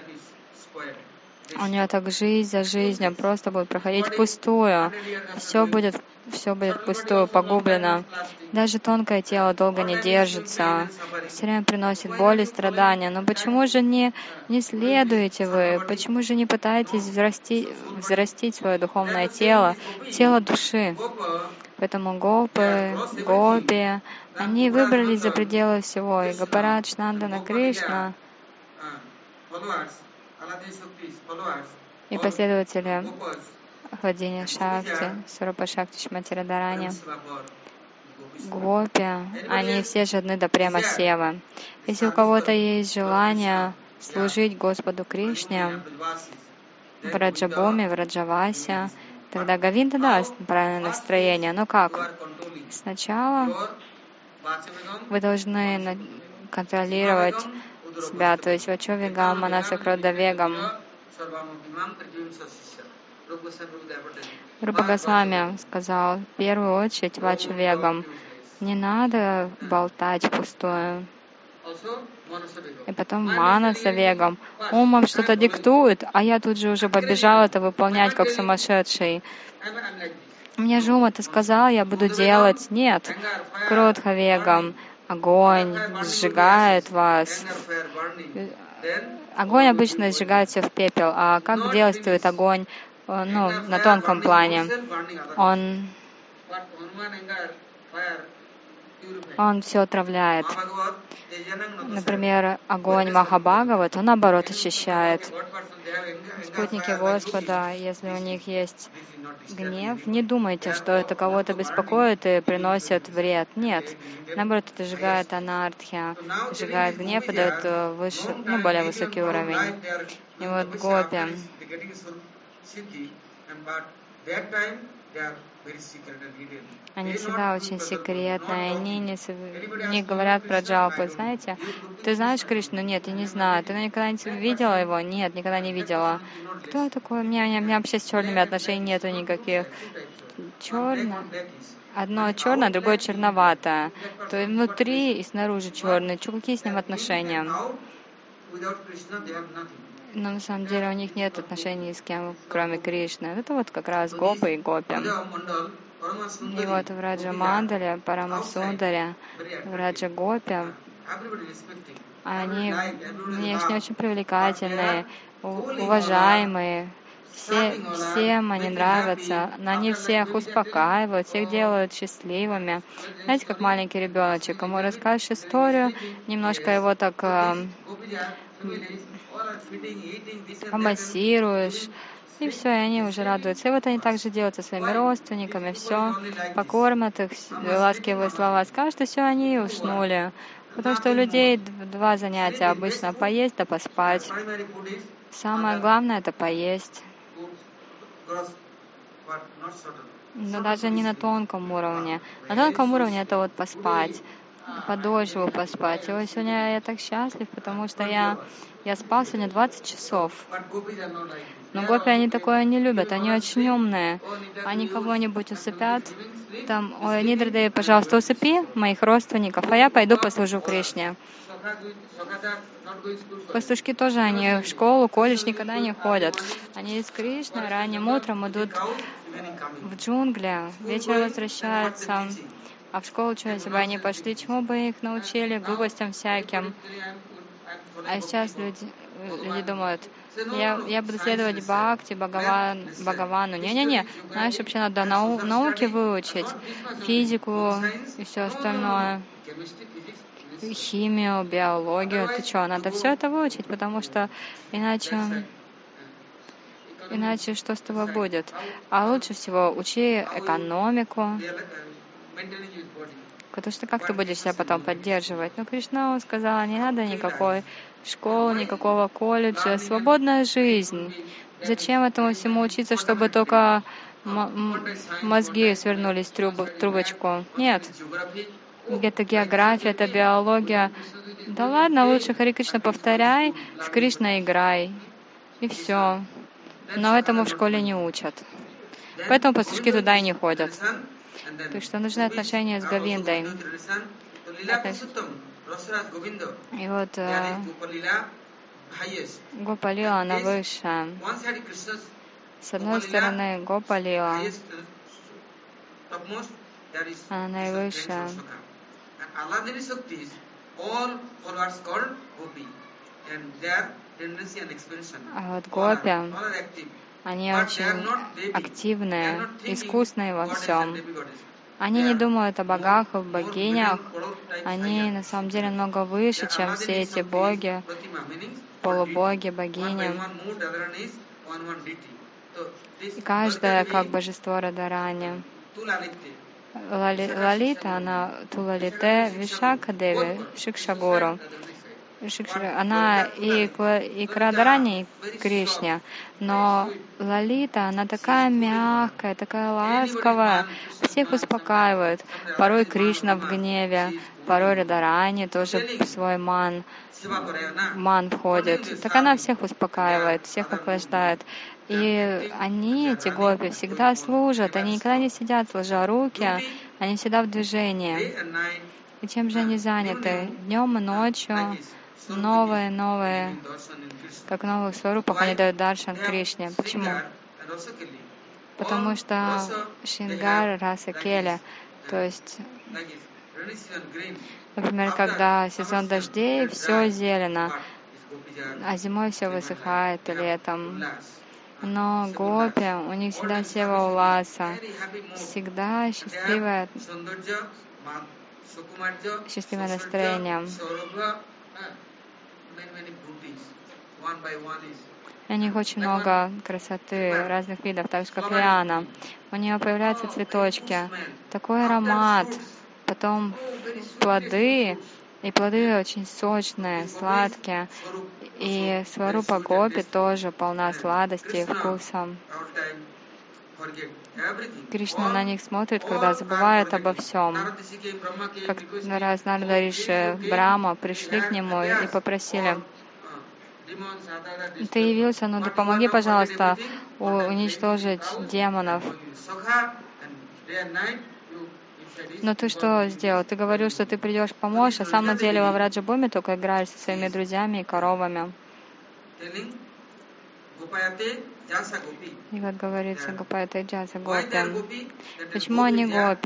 у нее так жизнь за жизнью просто будет проходить впустую. Все будет, все будет впустую, погублено. Даже тонкое тело долго не держится, все время приносит боль и страдания. Но почему же не, не следуете вы? Почему же не пытаетесь взрастить, взрастить свое духовное тело, тело души? Поэтому гопы, гопи, они выбрались за пределы всего. И Гопарадж, Нандана, Кришна и последователи Владения Шакти, Сварупа Шакти, Шримати Радарани, гопи, они все жадны до према севы. Если у кого-то есть желание служить Господу Кришне в Раджабуме, в Раджавасе, тогда Говинда даст правильное настроение. Но как? Сначала вы должны контролировать себя, то есть Вачовигам, Манасакродавегам. Рупа Госвами сказал, в первую очередь Вачовегам. Не надо болтать впустую. И потом Манаса Вегам. Умом что-то диктует, а я тут же уже побежал это выполнять, как сумасшедший. Мне же ум это сказал, я буду делать. Нет. Кротха Вегам. Огонь сжигает вас. Огонь обычно сжигает все в пепел. А как действует огонь, ну, на тонком плане? Он, он все отравляет. Например, огонь Махабхагават, он наоборот очищает. Спутники Господа, если у них есть гнев, не думайте, что это кого-то беспокоит и приносит вред. Нет. Наоборот, это сжигает анархия, сжигает гнев и дает выше, ну, более высокий уровень. И вот гопи. Они всегда очень секретные, они не, не говорят про джалпу. Знаете, ты знаешь Кришну? Нет, я не знаю. Ты никогда не видела его? Нет, никогда не видела. Кто такой? У меня, у меня вообще с черными отношений нету никаких. Черное. Одно черное, другое черноватое. То есть внутри и снаружи черный. Чё, какие с ним отношения? Но на самом деле у них нет отношений с кем, кроме Кришны. Это вот как раз гопы и гопи. И вот в Раджа Мандале, Парамасундаре, в Раджа Гопе, они внешне очень привлекательные, уважаемые, все, всем они нравятся, но они всех успокаивают, всех делают счастливыми. Знаете, как маленький ребеночек, ему расскажешь историю, немножко его так э, помассируешь, и все, и они уже радуются. И вот они также делают со своими родственниками, все, покормят их, ласковые слова скажут, и все, они уснули. Потому что у людей два занятия обычно: поесть да поспать. Самое главное — это поесть. Но даже не на тонком уровне. На тонком уровне это вот поспать, подольше поспать. И вот сегодня я так счастлив, потому что я, я спал сегодня двадцать часов. Но гопи, они такое не любят, они очень умные. Они кого-нибудь усыпят, там: ой, Нидрадеви, пожалуйста, усыпи моих родственников, а я пойду послужу Кришне. Пастушки тоже, они в школу, колледж никогда не ходят. Они с Кришной ранним утром идут в джунгли, вечером возвращаются. А в школу что, если бы они пошли, чему бы их научили? Глупостям всяким. А сейчас люди, люди думают: я, я буду следовать Бхакти, Бхагаван, Бхагавану. Не-не-не, знаешь, вообще надо нау, науки выучить, физику и все остальное, химию, биологию. Ты что, надо все это выучить, потому что иначе, иначе что с тобой будет? А лучше всего учи экономику, потому что как ты будешь себя потом поддерживать? Ну, Кришна сказала, не надо никакой школы, никакого колледжа, свободная жизнь. Зачем этому всему учиться, чтобы только мозги свернулись в, труб, в трубочку? Нет. Это география, это биология. Да ладно, лучше Хари Кришна повторяй, с Кришной играй. И все. Но этому в школе не учат. Поэтому пастушки туда и не ходят. Так что нужны отношения с Говиндой. И вот э, Гопа Лила, она высшая. С одной стороны, Гопа Лила, она наивысшая. А вот гопи, они очень активные, искусные во всем. Они не думают о богах и богинях. Они на самом деле много выше, чем все эти боги, полубоги, богини. И каждая как божество Радарани. Лали, Лалита, она Тулалите, Вишака Деви, Шикшагуру. Она и к, и к Радарани, и к Кришне. Но Лалита, она такая мягкая, такая ласковая, всех успокаивает. Порой Кришна в гневе, порой Радарани тоже в свой ман, ман входит. Так она всех успокаивает, всех охлаждает. И они, эти гопи, всегда служат, они никогда не сидят сложа руки, они всегда в движении. И чем же они заняты? Днем и ночью новые, новые, как в новых сварупах, они дают даршан Кришне. Почему? Потому что Шингар, Раса, Келя, то есть, например, когда сезон дождей, все зелено, а зимой все высыхает, и летом. Но гопи, у них всегда сева уласа, всегда счастливое, счастливое настроение. У них очень много красоты, разных видов, так же как Лиана. У нее появляются цветочки, такой аромат, потом плоды, и плоды очень сочные, сладкие. И сварупа Гопи тоже полна сладости и вкуса. Кришна на них смотрит, когда забывает обо всем. Как раз Нарада Риши, Брахма пришли к нему и попросили: ты явился, но ты помоги, пожалуйста, уничтожить демонов. Но ты что сделал? Ты говорил, что ты придешь помочь, а на самом деле во Враджабхуми только играешь со своими друзьями и коровами. И вот говорится, Гопаяте Джаса Гопи. Почему они гопи?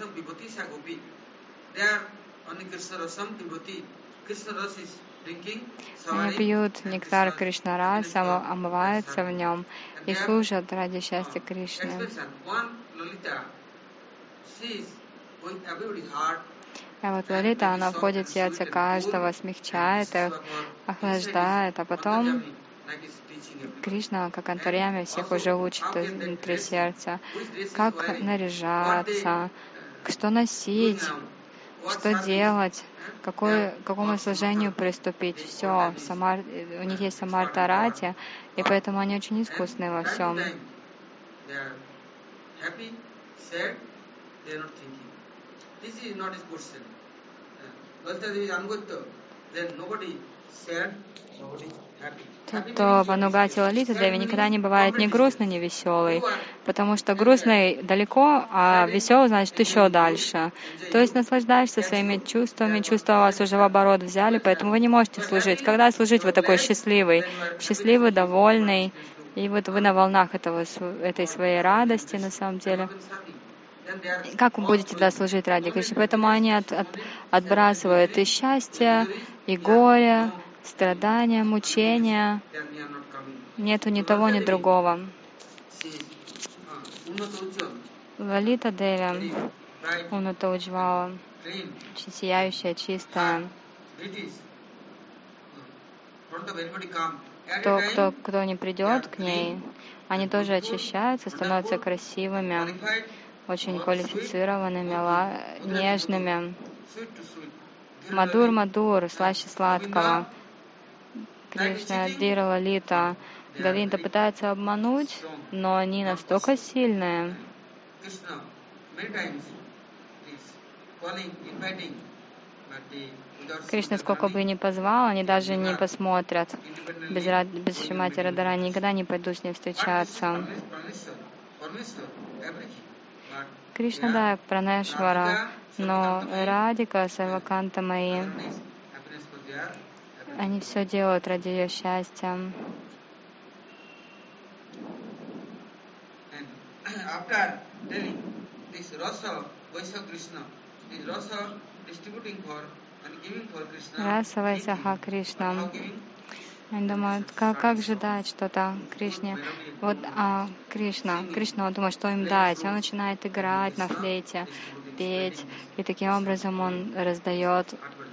Они пьют нектар Кришнараса, омываются в нем и служат ради счастья Кришны. А вот Лалита, она входит в сердце каждого, смягчает их, охлаждает, а потом Кришна, как антарьями, всех уже учит внутри сердца, как наряжаться, что носить, что делать, какой, к какому служению приступить. Все, самар, у них есть самартарати, и поэтому они очень искусны во всем. Тот, кто в Анугате Лалита Деви, никогда не бывает ни грустный, ни веселый, потому что грустный далеко, а веселый значит еще дальше. То есть наслаждаешься своими чувствами, чувства вас уже в оборот взяли, поэтому вы не можете служить. Когда служить, вы такой счастливый, счастливый, довольный, и вот вы на волнах этого, этой своей радости на самом деле. Как вы будете тогда служить ради Кришны? Поэтому они от, от, отбрасывают и счастье, и горе, страдания, мучения. Нету ни того, ни другого. Лалита Деви, Унута Уджвала, очень сияющая, чистая. Кто, кто, кто не придет к ней, они тоже очищаются, становятся красивыми, очень квалифицированными, нежными. Мадур-мадур, слаще сладкого. Кришна, Дира, Лалита, Говинда пытаются обмануть, но они настолько сильные. Кришна сколько бы ни позвал, они даже не посмотрят. Без, без Шримати Радхарани никогда не пойду с ней встречаться. Кришна, да, Пранешвара, но Радика, Саваканта мои, они все делают ради ее счастья. Раса Вайсаха Кришна. Они думают, как, как же дать что-то Кришне. Вот а, Кришна, Кришна, он думает, что им дать. Он начинает играть на флейте, петь, и таким образом он раздает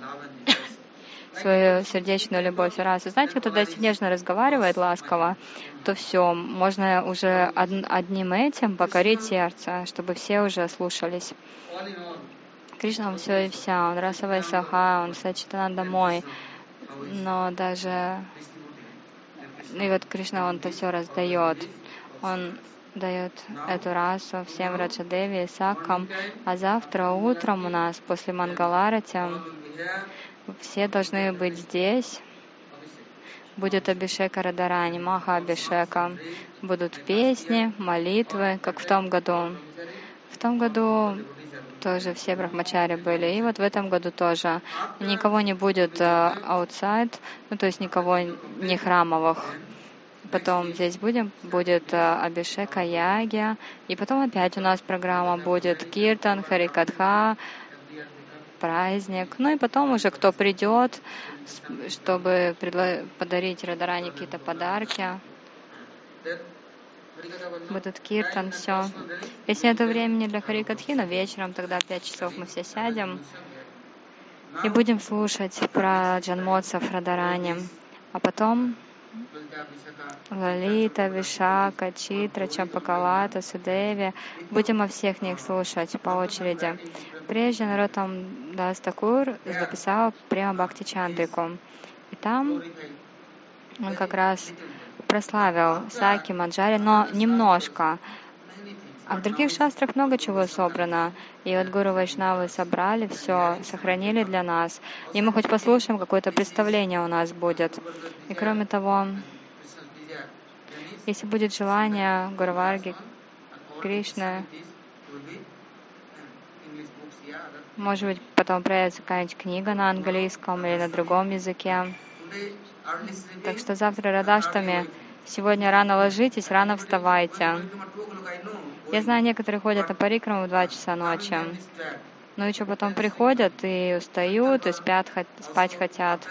свою сердечную любовь и расу. Знаете, вот когда нежно разговаривает ласково, то все, можно уже од, одним этим покорить сердце, чтобы все уже слушались. Кришна, он все и вся, он Раса Вайсаха, он Сачитананда мой, но даже и вот Кришна, он-то все раздает. Он дает эту расу всем Раджадеви и Сакхам, а завтра утром у нас после Мангаларати все должны быть здесь. Будет Абишека Радарани, Маха Абишека. Будут песни, молитвы, как в том году. В том году тоже все брахмачари были. И вот в этом году тоже никого не будет outside, ну то есть никого не храмовых. Потом здесь будем, будет Абхишека, Ягья, и потом опять у нас программа будет Киртан, Харикатха, праздник. Ну и потом уже кто придет, чтобы предла- подарить Радарани какие-то подарки. Будет Киртан, все. Если нет времени для Харикатхи, но вечером, тогда в пять часов мы все сядем и будем слушать про Джанмотсов Радарани. А потом Лалита, Вишака, Читра, Чампакалата, Судеви. Будем о всех них слушать по очереди. Прежде Нароттам Дас Такур записал Према Бхакти Чандрику. И там он как раз прославил Саки, Манджари, но немножко. А в других шастрах много чего собрано. И вот Гуру Вайшнавы собрали все, сохранили для нас. И мы хоть послушаем, какое-то представление у нас будет. И кроме того, если будет желание Гуру Варги, Кришны, может быть, потом появится какая-нибудь книга на английском или на другом языке. Так что завтра Радhaштами. Сегодня рано ложитесь, рано вставайте. Я знаю, некоторые ходят на парикраму в два часа ночи. Ну и что, потом приходят и устают, и спят, спать хотят.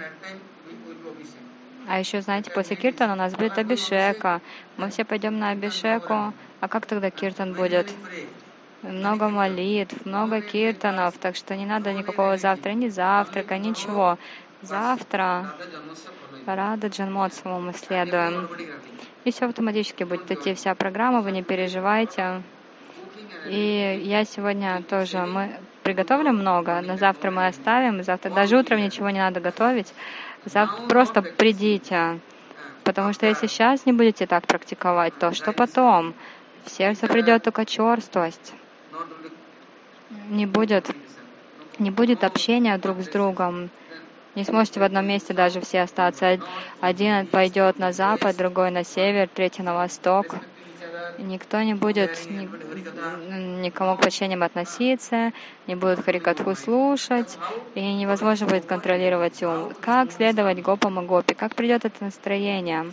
А еще, знаете, после киртана у нас будет абхишека. Мы все пойдем на абхишеку. А как тогда киртан будет? Много молитв, много киртанов, так что не надо никакого завтра, ни завтрака, ничего. Завтра Рада Джанмотсаву мы следуем. И все автоматически будет идти вся программа, вы не переживайте. И я сегодня тоже, мы приготовили много, на завтра мы оставим, завтра даже утром ничего не надо готовить. Завтра просто придите, потому что если сейчас не будете так практиковать, то что потом? В сердце придет только черствость. Не будет, не будет общения друг с другом. Не сможете в одном месте даже все остаться. Один пойдет на запад, другой на север, третий на восток. И никто не будет ни, никому к почтениям относиться, не будет харикатху слушать, и невозможно будет контролировать ум. Как следовать гопам и гопи? Как придет это настроение?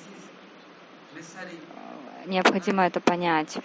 Необходимо это понять.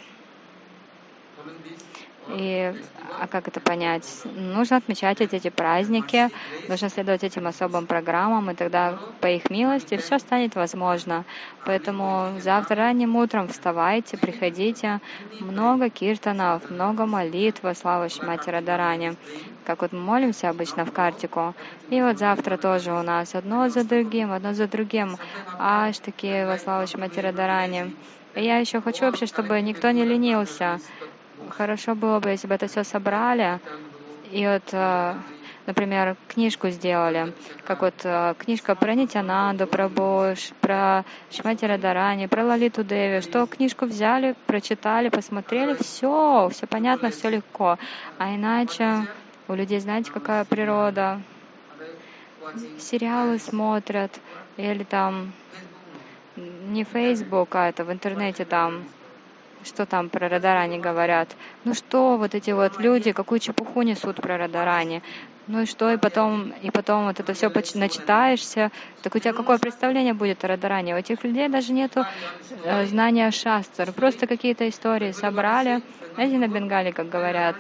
И, а как это понять? Нужно отмечать эти, эти праздники, нужно следовать этим особым программам, и тогда по их милости все станет возможно. Поэтому завтра ранним утром вставайте, приходите. Много киртанов, много молитв во славу Шримати Радарани. Как вот мы молимся обычно в Картику. И вот завтра тоже у нас одно за другим, одно за другим. Аштаки во славу Шримати Радарани. И я еще хочу вообще, чтобы никто не ленился. Хорошо было бы, если бы это все собрали и вот, например, книжку сделали, как вот книжка про Нитянанду, про Бош, про Шримати Радарани, про Лалиту Деви, что книжку взяли, прочитали, посмотрели, все, все понятно, все легко. А иначе у людей, знаете, какая природа? Сериалы смотрят, или там не Facebook, а это в интернете там, что там про Радарани говорят. Ну что, вот эти вот люди, какую чепуху несут про Радарани. Ну и что, и потом, и потом вот это все начитаешься, так у тебя какое представление будет о Радарани? У этих людей даже нету э, знания шастр, просто какие-то истории собрали. Знаете, на Бенгале, как говорят,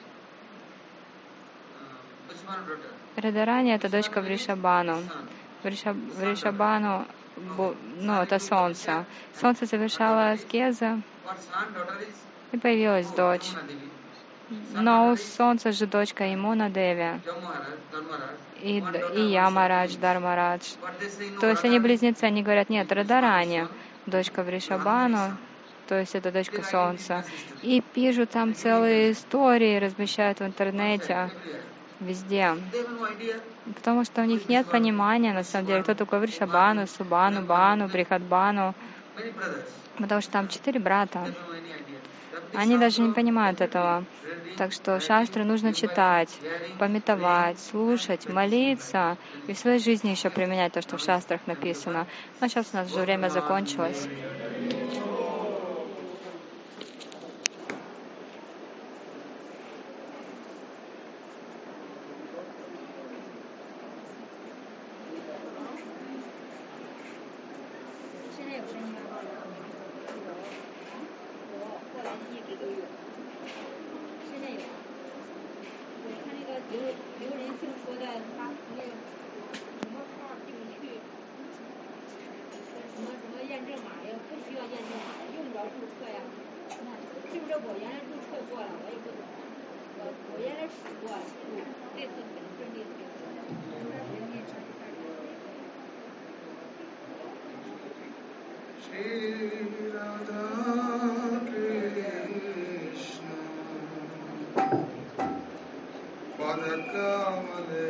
Радарани — это дочка Вришабану. Вришаб, Вришабану, ну, это солнце. Солнце совершало аскезы, и появилась дочь. Но у солнца же дочка Ямуна Деви. И, и Ямарадж, Дармарадж. То есть они близнецы, они говорят, нет, Радарани, дочка Вришабану, то есть это дочка солнца. И пишут там целые истории, размещают в интернете, везде. Потому что у них нет понимания, на самом деле, кто такой Вришабану, Субану, Бану, Брихадбану. Потому что там четыре брата. Они даже не понимают этого. Так что шастры нужно читать, памятовать, слушать, молиться и в своей жизни еще применять то, что в шастрах написано. Но сейчас у нас уже время закончилось. 是那个，我看那个刘刘仁庆说的，他那个什么号进不去，什么什么验证码呀，不需要验证码，用不着注册呀。那是不是我原来注册过了，我也不懂。我我原来试过，这次很顺利。 Shri Radha Krishna Padakamale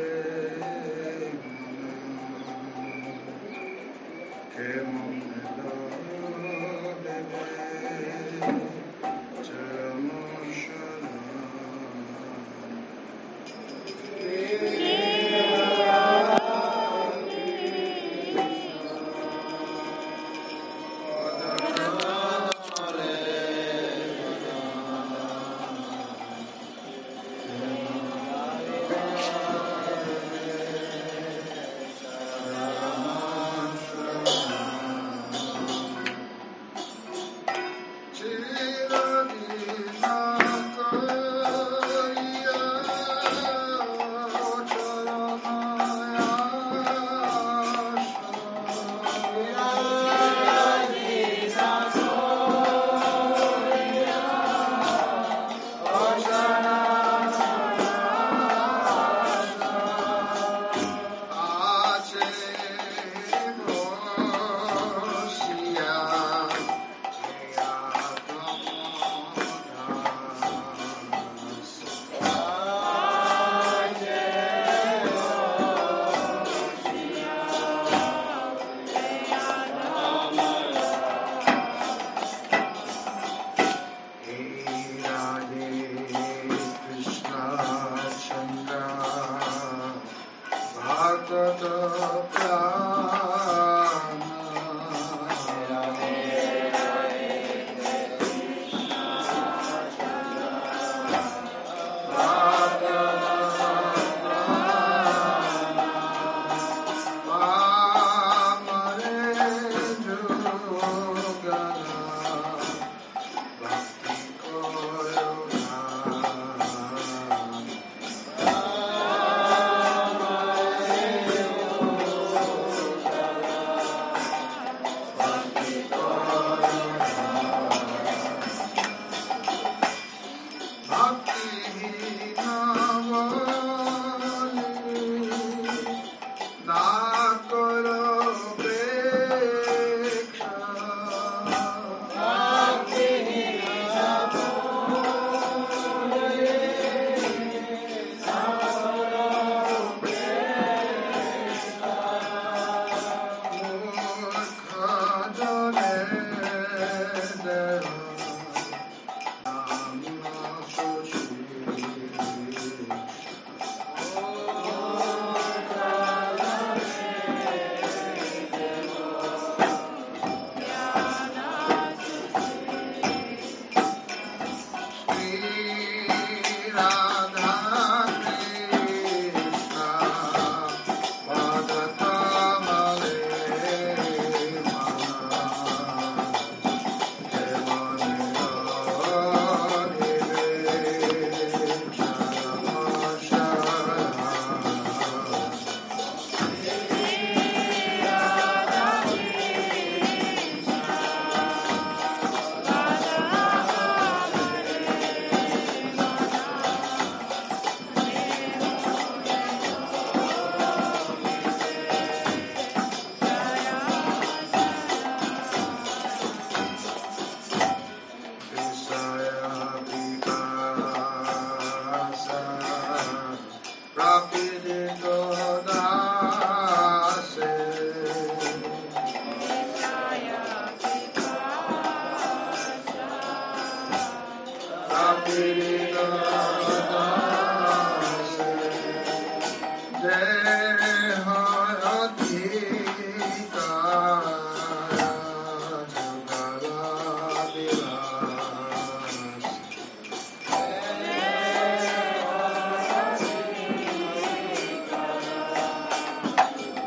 Kemamela Deve Jamashana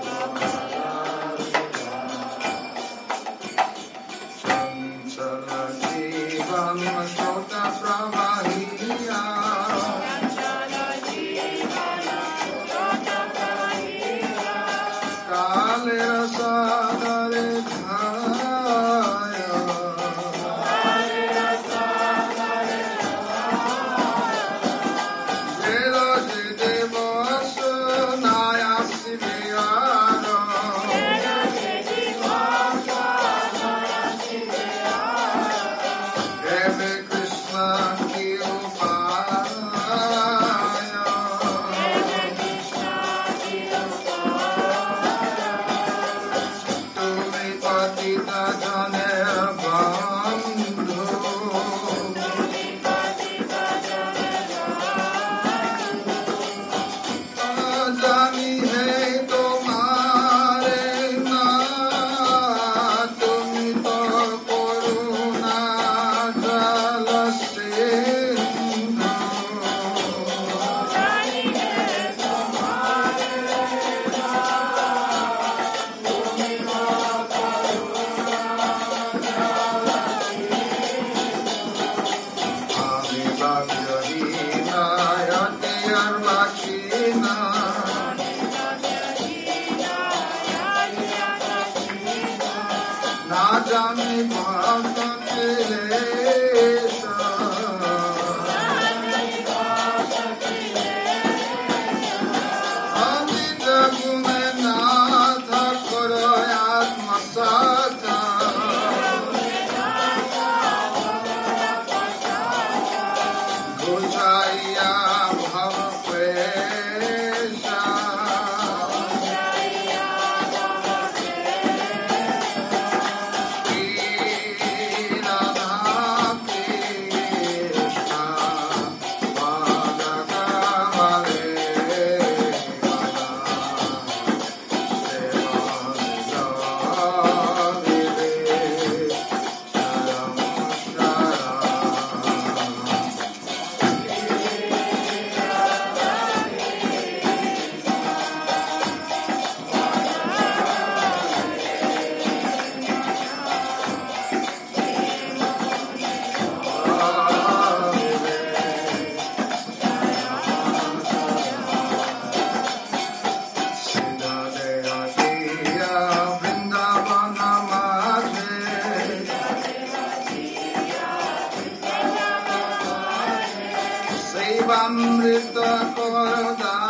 Sala जीवम शोक प्रवाहिया काले सागरे धाया वेदा जिदे बस नाया शिवियारा Hare Krishna ki upaya Tumi patita janer bandhu Jani hai tumhare naam Tumi to karuna jala sindhu Ami bhagyahina yatiyar vakina Na jami bhaktilesha Ami jagune natha karayat masata Gojaya bhavakwesha Amrita Korda